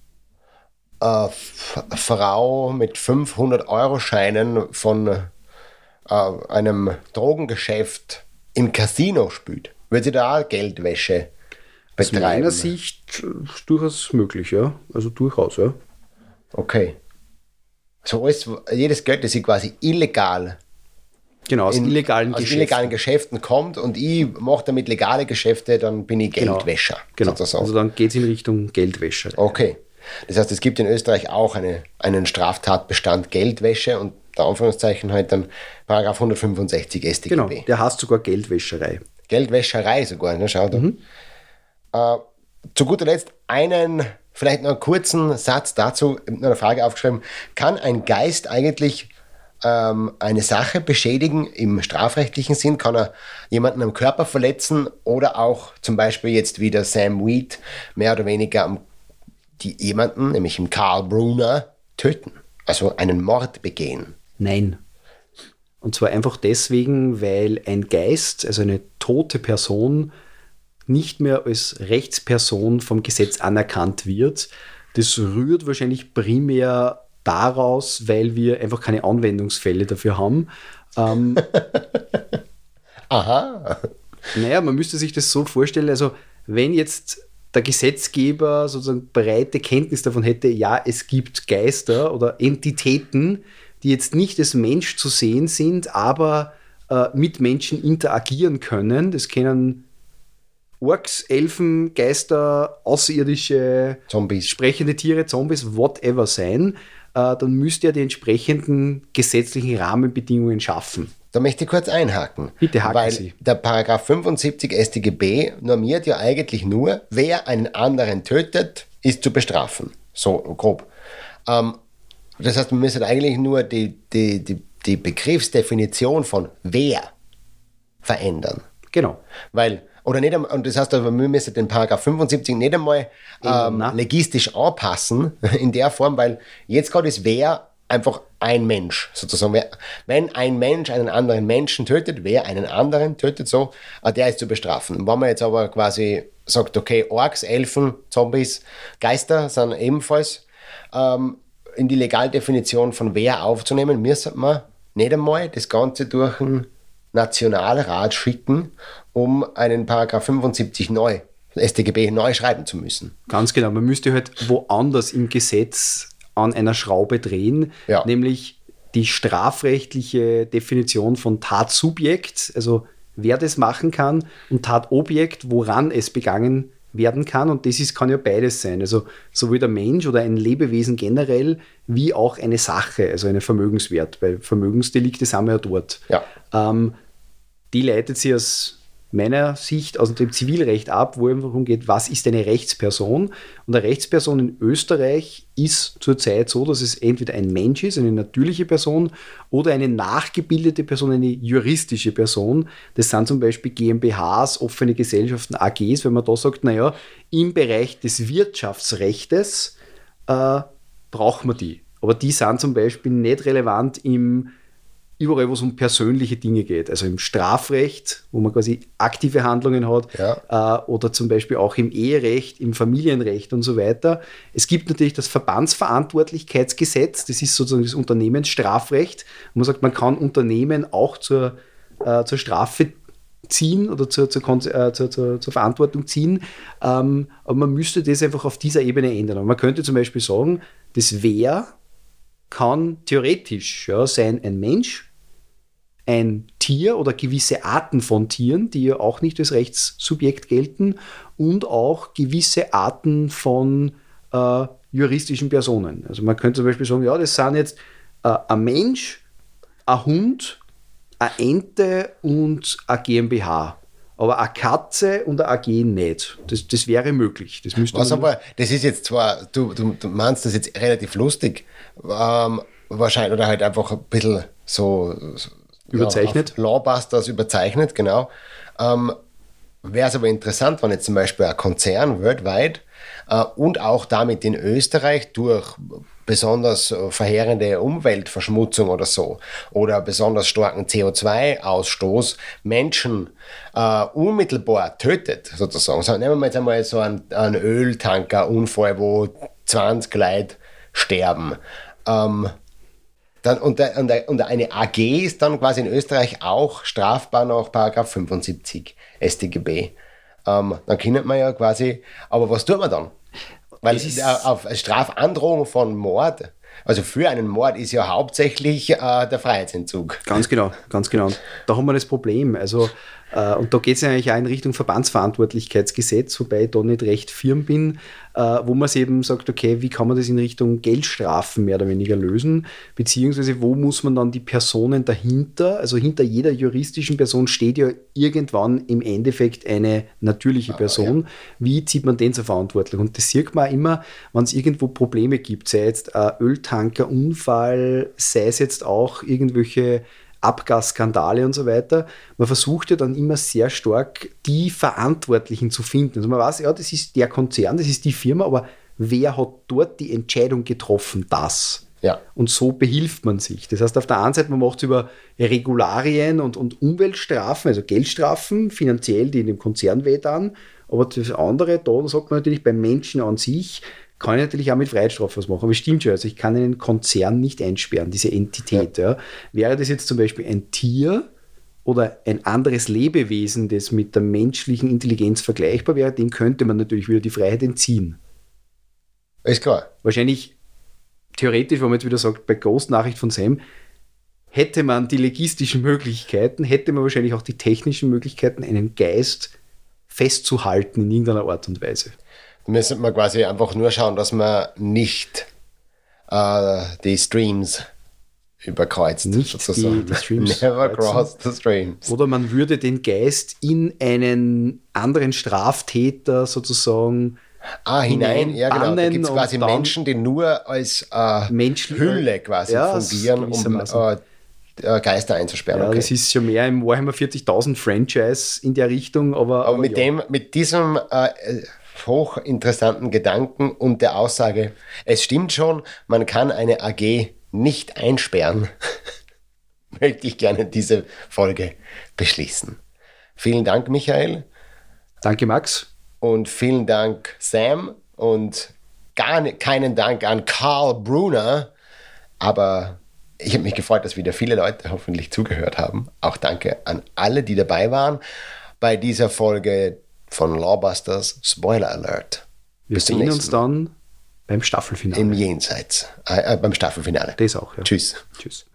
eine Frau mit fünfhundert Euro Scheinen von äh, einem Drogengeschäft im Casino spielt, würde sie da auch Geldwäsche Aus betreiben? meiner Sicht äh, durchaus möglich, ja. Also durchaus, ja. Okay. Also alles, jedes Geld, das ich quasi illegal Genau, aus in, illegalen aus Geschäften. illegalen Geschäften kommt und ich mache damit legale Geschäfte, dann bin ich Genau. Geldwäscher. Genau, Sozusagen. also dann geht es in Richtung Geldwäsche. Okay. Das heißt, es gibt in Österreich auch eine, einen Straftatbestand Geldwäsche und der Anführungszeichen halt dann Paragraph hundertfünfundsechzig S t G B. Genau, der heißt sogar Geldwäscherei. Geldwäscherei sogar, ne? Schau da. Mhm. Äh, zu guter Letzt einen, vielleicht noch einen kurzen Satz dazu, ich habe noch eine Frage aufgeschrieben. Kann ein Geist eigentlich ähm, eine Sache beschädigen im strafrechtlichen Sinn? Kann er jemanden am Körper verletzen oder auch zum Beispiel jetzt wie der Sam Wheat mehr oder weniger am, die jemanden, nämlich im Karl Brunner, töten? Also einen Mord begehen? Nein. Und zwar einfach deswegen, weil ein Geist, also eine tote Person, nicht mehr als Rechtsperson vom Gesetz anerkannt wird. Das rührt wahrscheinlich primär daraus, weil wir einfach keine Anwendungsfälle dafür haben. Ähm, Aha. Naja, man müsste sich das so vorstellen, also wenn jetzt der Gesetzgeber sozusagen breite Kenntnis davon hätte, ja, es gibt Geister oder Entitäten, die jetzt nicht als Mensch zu sehen sind, aber äh, mit Menschen interagieren können. Das können Orks, Elfen, Geister, außerirdische, Zombies, sprechende Tiere, Zombies, whatever sein. Äh, dann müsste er die entsprechenden gesetzlichen Rahmenbedingungen schaffen. Da möchte ich kurz einhaken. Bitte haken weil Sie. Der Paragraph fünfundsiebzig S t G B normiert ja eigentlich nur, wer einen anderen tötet, ist zu bestrafen. So grob. Ähm, das heißt, man müsste eigentlich nur die, die, die, die Begriffsdefinition von wer verändern. Genau. Weil, oder nicht einmal, und das heißt, wir müssen den Paragraph fünfundsiebzig nicht einmal ähm, legistisch anpassen in der Form, weil jetzt gerade ist wer einfach ein Mensch, sozusagen. Wenn ein Mensch einen anderen Menschen tötet, wer einen anderen tötet, so, der ist zu bestrafen. Wenn man jetzt aber quasi sagt, okay, Orks, Elfen, Zombies, Geister sind ebenfalls ähm, in die Legaldefinition von wer aufzunehmen, müssen wir nicht einmal das Ganze durch einen Nationalrat schicken, um einen Paragraph fünfundsiebzig neu, S t G B neu schreiben zu müssen. Ganz genau, man müsste halt woanders im Gesetz an einer Schraube drehen, Ja. nämlich die strafrechtliche Definition von Tatsubjekt, also wer das machen kann, und Tatobjekt, woran es begangen werden kann. Und das ist, kann ja beides sein, also sowohl der Mensch oder ein Lebewesen generell, wie auch eine Sache, also eine Vermögenswert, weil Vermögensdelikte sind wir ja dort. Ja. Ähm, die leitet sich aus meiner Sicht aus dem Zivilrecht ab, wo es darum geht, was ist eine Rechtsperson? Und eine Rechtsperson in Österreich ist zurzeit so, dass es entweder ein Mensch ist, eine natürliche Person, oder eine nachgebildete Person, eine juristische Person. Das sind zum Beispiel GmbHs, offene Gesellschaften, A Gs, wenn man da sagt, naja, im Bereich des Wirtschaftsrechtes äh, braucht man die. Aber die sind zum Beispiel nicht relevant im überall, wo es um persönliche Dinge geht, also im Strafrecht, wo man quasi aktive Handlungen hat, ja. äh, oder zum Beispiel auch im Eherecht, im Familienrecht und so weiter. Es gibt natürlich das Verbandsverantwortlichkeitsgesetz, das ist sozusagen das Unternehmensstrafrecht. Und man sagt, man kann Unternehmen auch zur, äh, zur Strafe ziehen oder zur, zur, äh, zur, zur, zur Verantwortung ziehen, ähm, aber man müsste das einfach auf dieser Ebene ändern. Und man könnte zum Beispiel sagen, das Wer kann theoretisch ja, sein ein Mensch, ein Tier oder gewisse Arten von Tieren, die ja auch nicht als Rechtssubjekt gelten, und auch gewisse Arten von äh, juristischen Personen. Also man könnte zum Beispiel sagen, ja, das sind jetzt äh, ein Mensch, ein Hund, eine Ente und eine GmbH. Aber eine Katze und eine A G nicht. Das, das wäre möglich. Das müsste Was man aber, das ist jetzt zwar, du, du, du meinst das jetzt relativ lustig, ähm, wahrscheinlich, oder halt einfach ein bisschen so, so überzeichnet. Ja, Lawbusters überzeichnet, genau. Ähm, wäre es aber interessant, wenn jetzt zum Beispiel ein Konzern weltweit äh, und auch damit in Österreich durch besonders verheerende Umweltverschmutzung oder so oder besonders starken C O zwei Ausstoß Menschen äh, unmittelbar tötet, sozusagen. So, nehmen wir jetzt einmal so einen, einen Öltanker-Unfall, wo zwanzig Leute sterben. Ähm, dann, und, der, und, der, und eine A G ist dann quasi in Österreich auch strafbar nach Paragraph fünfundsiebzig S t G B. Ähm, dann kennt man ja quasi, aber was tut man dann? Weil es auf Strafandrohung von Mord, also für einen Mord ist ja hauptsächlich äh, der Freiheitsentzug. Ganz genau, ganz genau. Und da haben wir das Problem. Also, äh, und da geht es ja eigentlich auch in Richtung Verbandsverantwortlichkeitsgesetz, wobei ich da nicht recht firm bin, äh, wo man sich eben sagt, okay, wie kann man das in Richtung Geldstrafen mehr oder weniger lösen, beziehungsweise wo muss man dann die Personen dahinter, also hinter jeder juristischen Person steht ja irgendwann im Endeffekt eine natürliche Person. Ah, ja. Wie zieht man den zur Verantwortung? Und das sieht man auch immer, wenn es irgendwo Probleme gibt, sei jetzt ein Öltankerunfall, sei es jetzt auch irgendwelche Abgasskandale und so weiter. Man versucht ja dann immer sehr stark, die Verantwortlichen zu finden. Also man weiß, ja, das ist der Konzern, das ist die Firma, aber wer hat dort die Entscheidung getroffen, das? Ja. Und so behilft man sich. Das heißt, auf der einen Seite, man macht es über Regularien und, und Umweltstrafen, also Geldstrafen, finanziell, die in dem Konzern wehtun, aber das andere, da sagt man natürlich, beim Menschen an sich, kann ich natürlich auch mit Freiheitsstrafe was machen. Aber es stimmt schon, also ich kann einen Konzern nicht einsperren, diese Entität. Ja. Ja. Wäre das jetzt zum Beispiel ein Tier oder ein anderes Lebewesen, das mit der menschlichen Intelligenz vergleichbar wäre, dem könnte man natürlich wieder die Freiheit entziehen. Ist klar. Wahrscheinlich, theoretisch, wenn man jetzt wieder sagt, bei Ghost-Nachricht von Sam, hätte man die logistischen Möglichkeiten, hätte man wahrscheinlich auch die technischen Möglichkeiten, einen Geist festzuhalten in irgendeiner Art und Weise. Müssen wir quasi einfach nur schauen, dass man nicht äh, die Streams überkreuzt. Nicht sozusagen. Die, die Streams Never cross the streams. Oder man würde den Geist in einen anderen Straftäter sozusagen ah, hinein, ja genau. Da gibt es quasi Menschen, die nur als äh, Hülle quasi ja, fungieren, um äh, Geister einzusperren. Ja, okay. Das ist schon mehr im Warhammer vierzigtausend Franchise in der Richtung. Aber, aber, aber mit, ja. dem, mit diesem äh, hochinteressanten Gedanken und der Aussage, es stimmt schon, man kann eine A G nicht einsperren, möchte ich gerne diese Folge beschließen. Vielen Dank, Michael. Danke, Max. Und vielen Dank, Sam. Und gar ne, keinen Dank an Karl Brunner. Aber ich habe mich gefreut, dass wieder viele Leute hoffentlich zugehört haben. Auch danke an alle, die dabei waren bei dieser Folge von Lawbusters. Spoiler Alert. Wir sehen uns dann beim Staffelfinale. Im Jenseits. Äh, äh, beim Staffelfinale. Das auch, ja. Tschüss. Tschüss.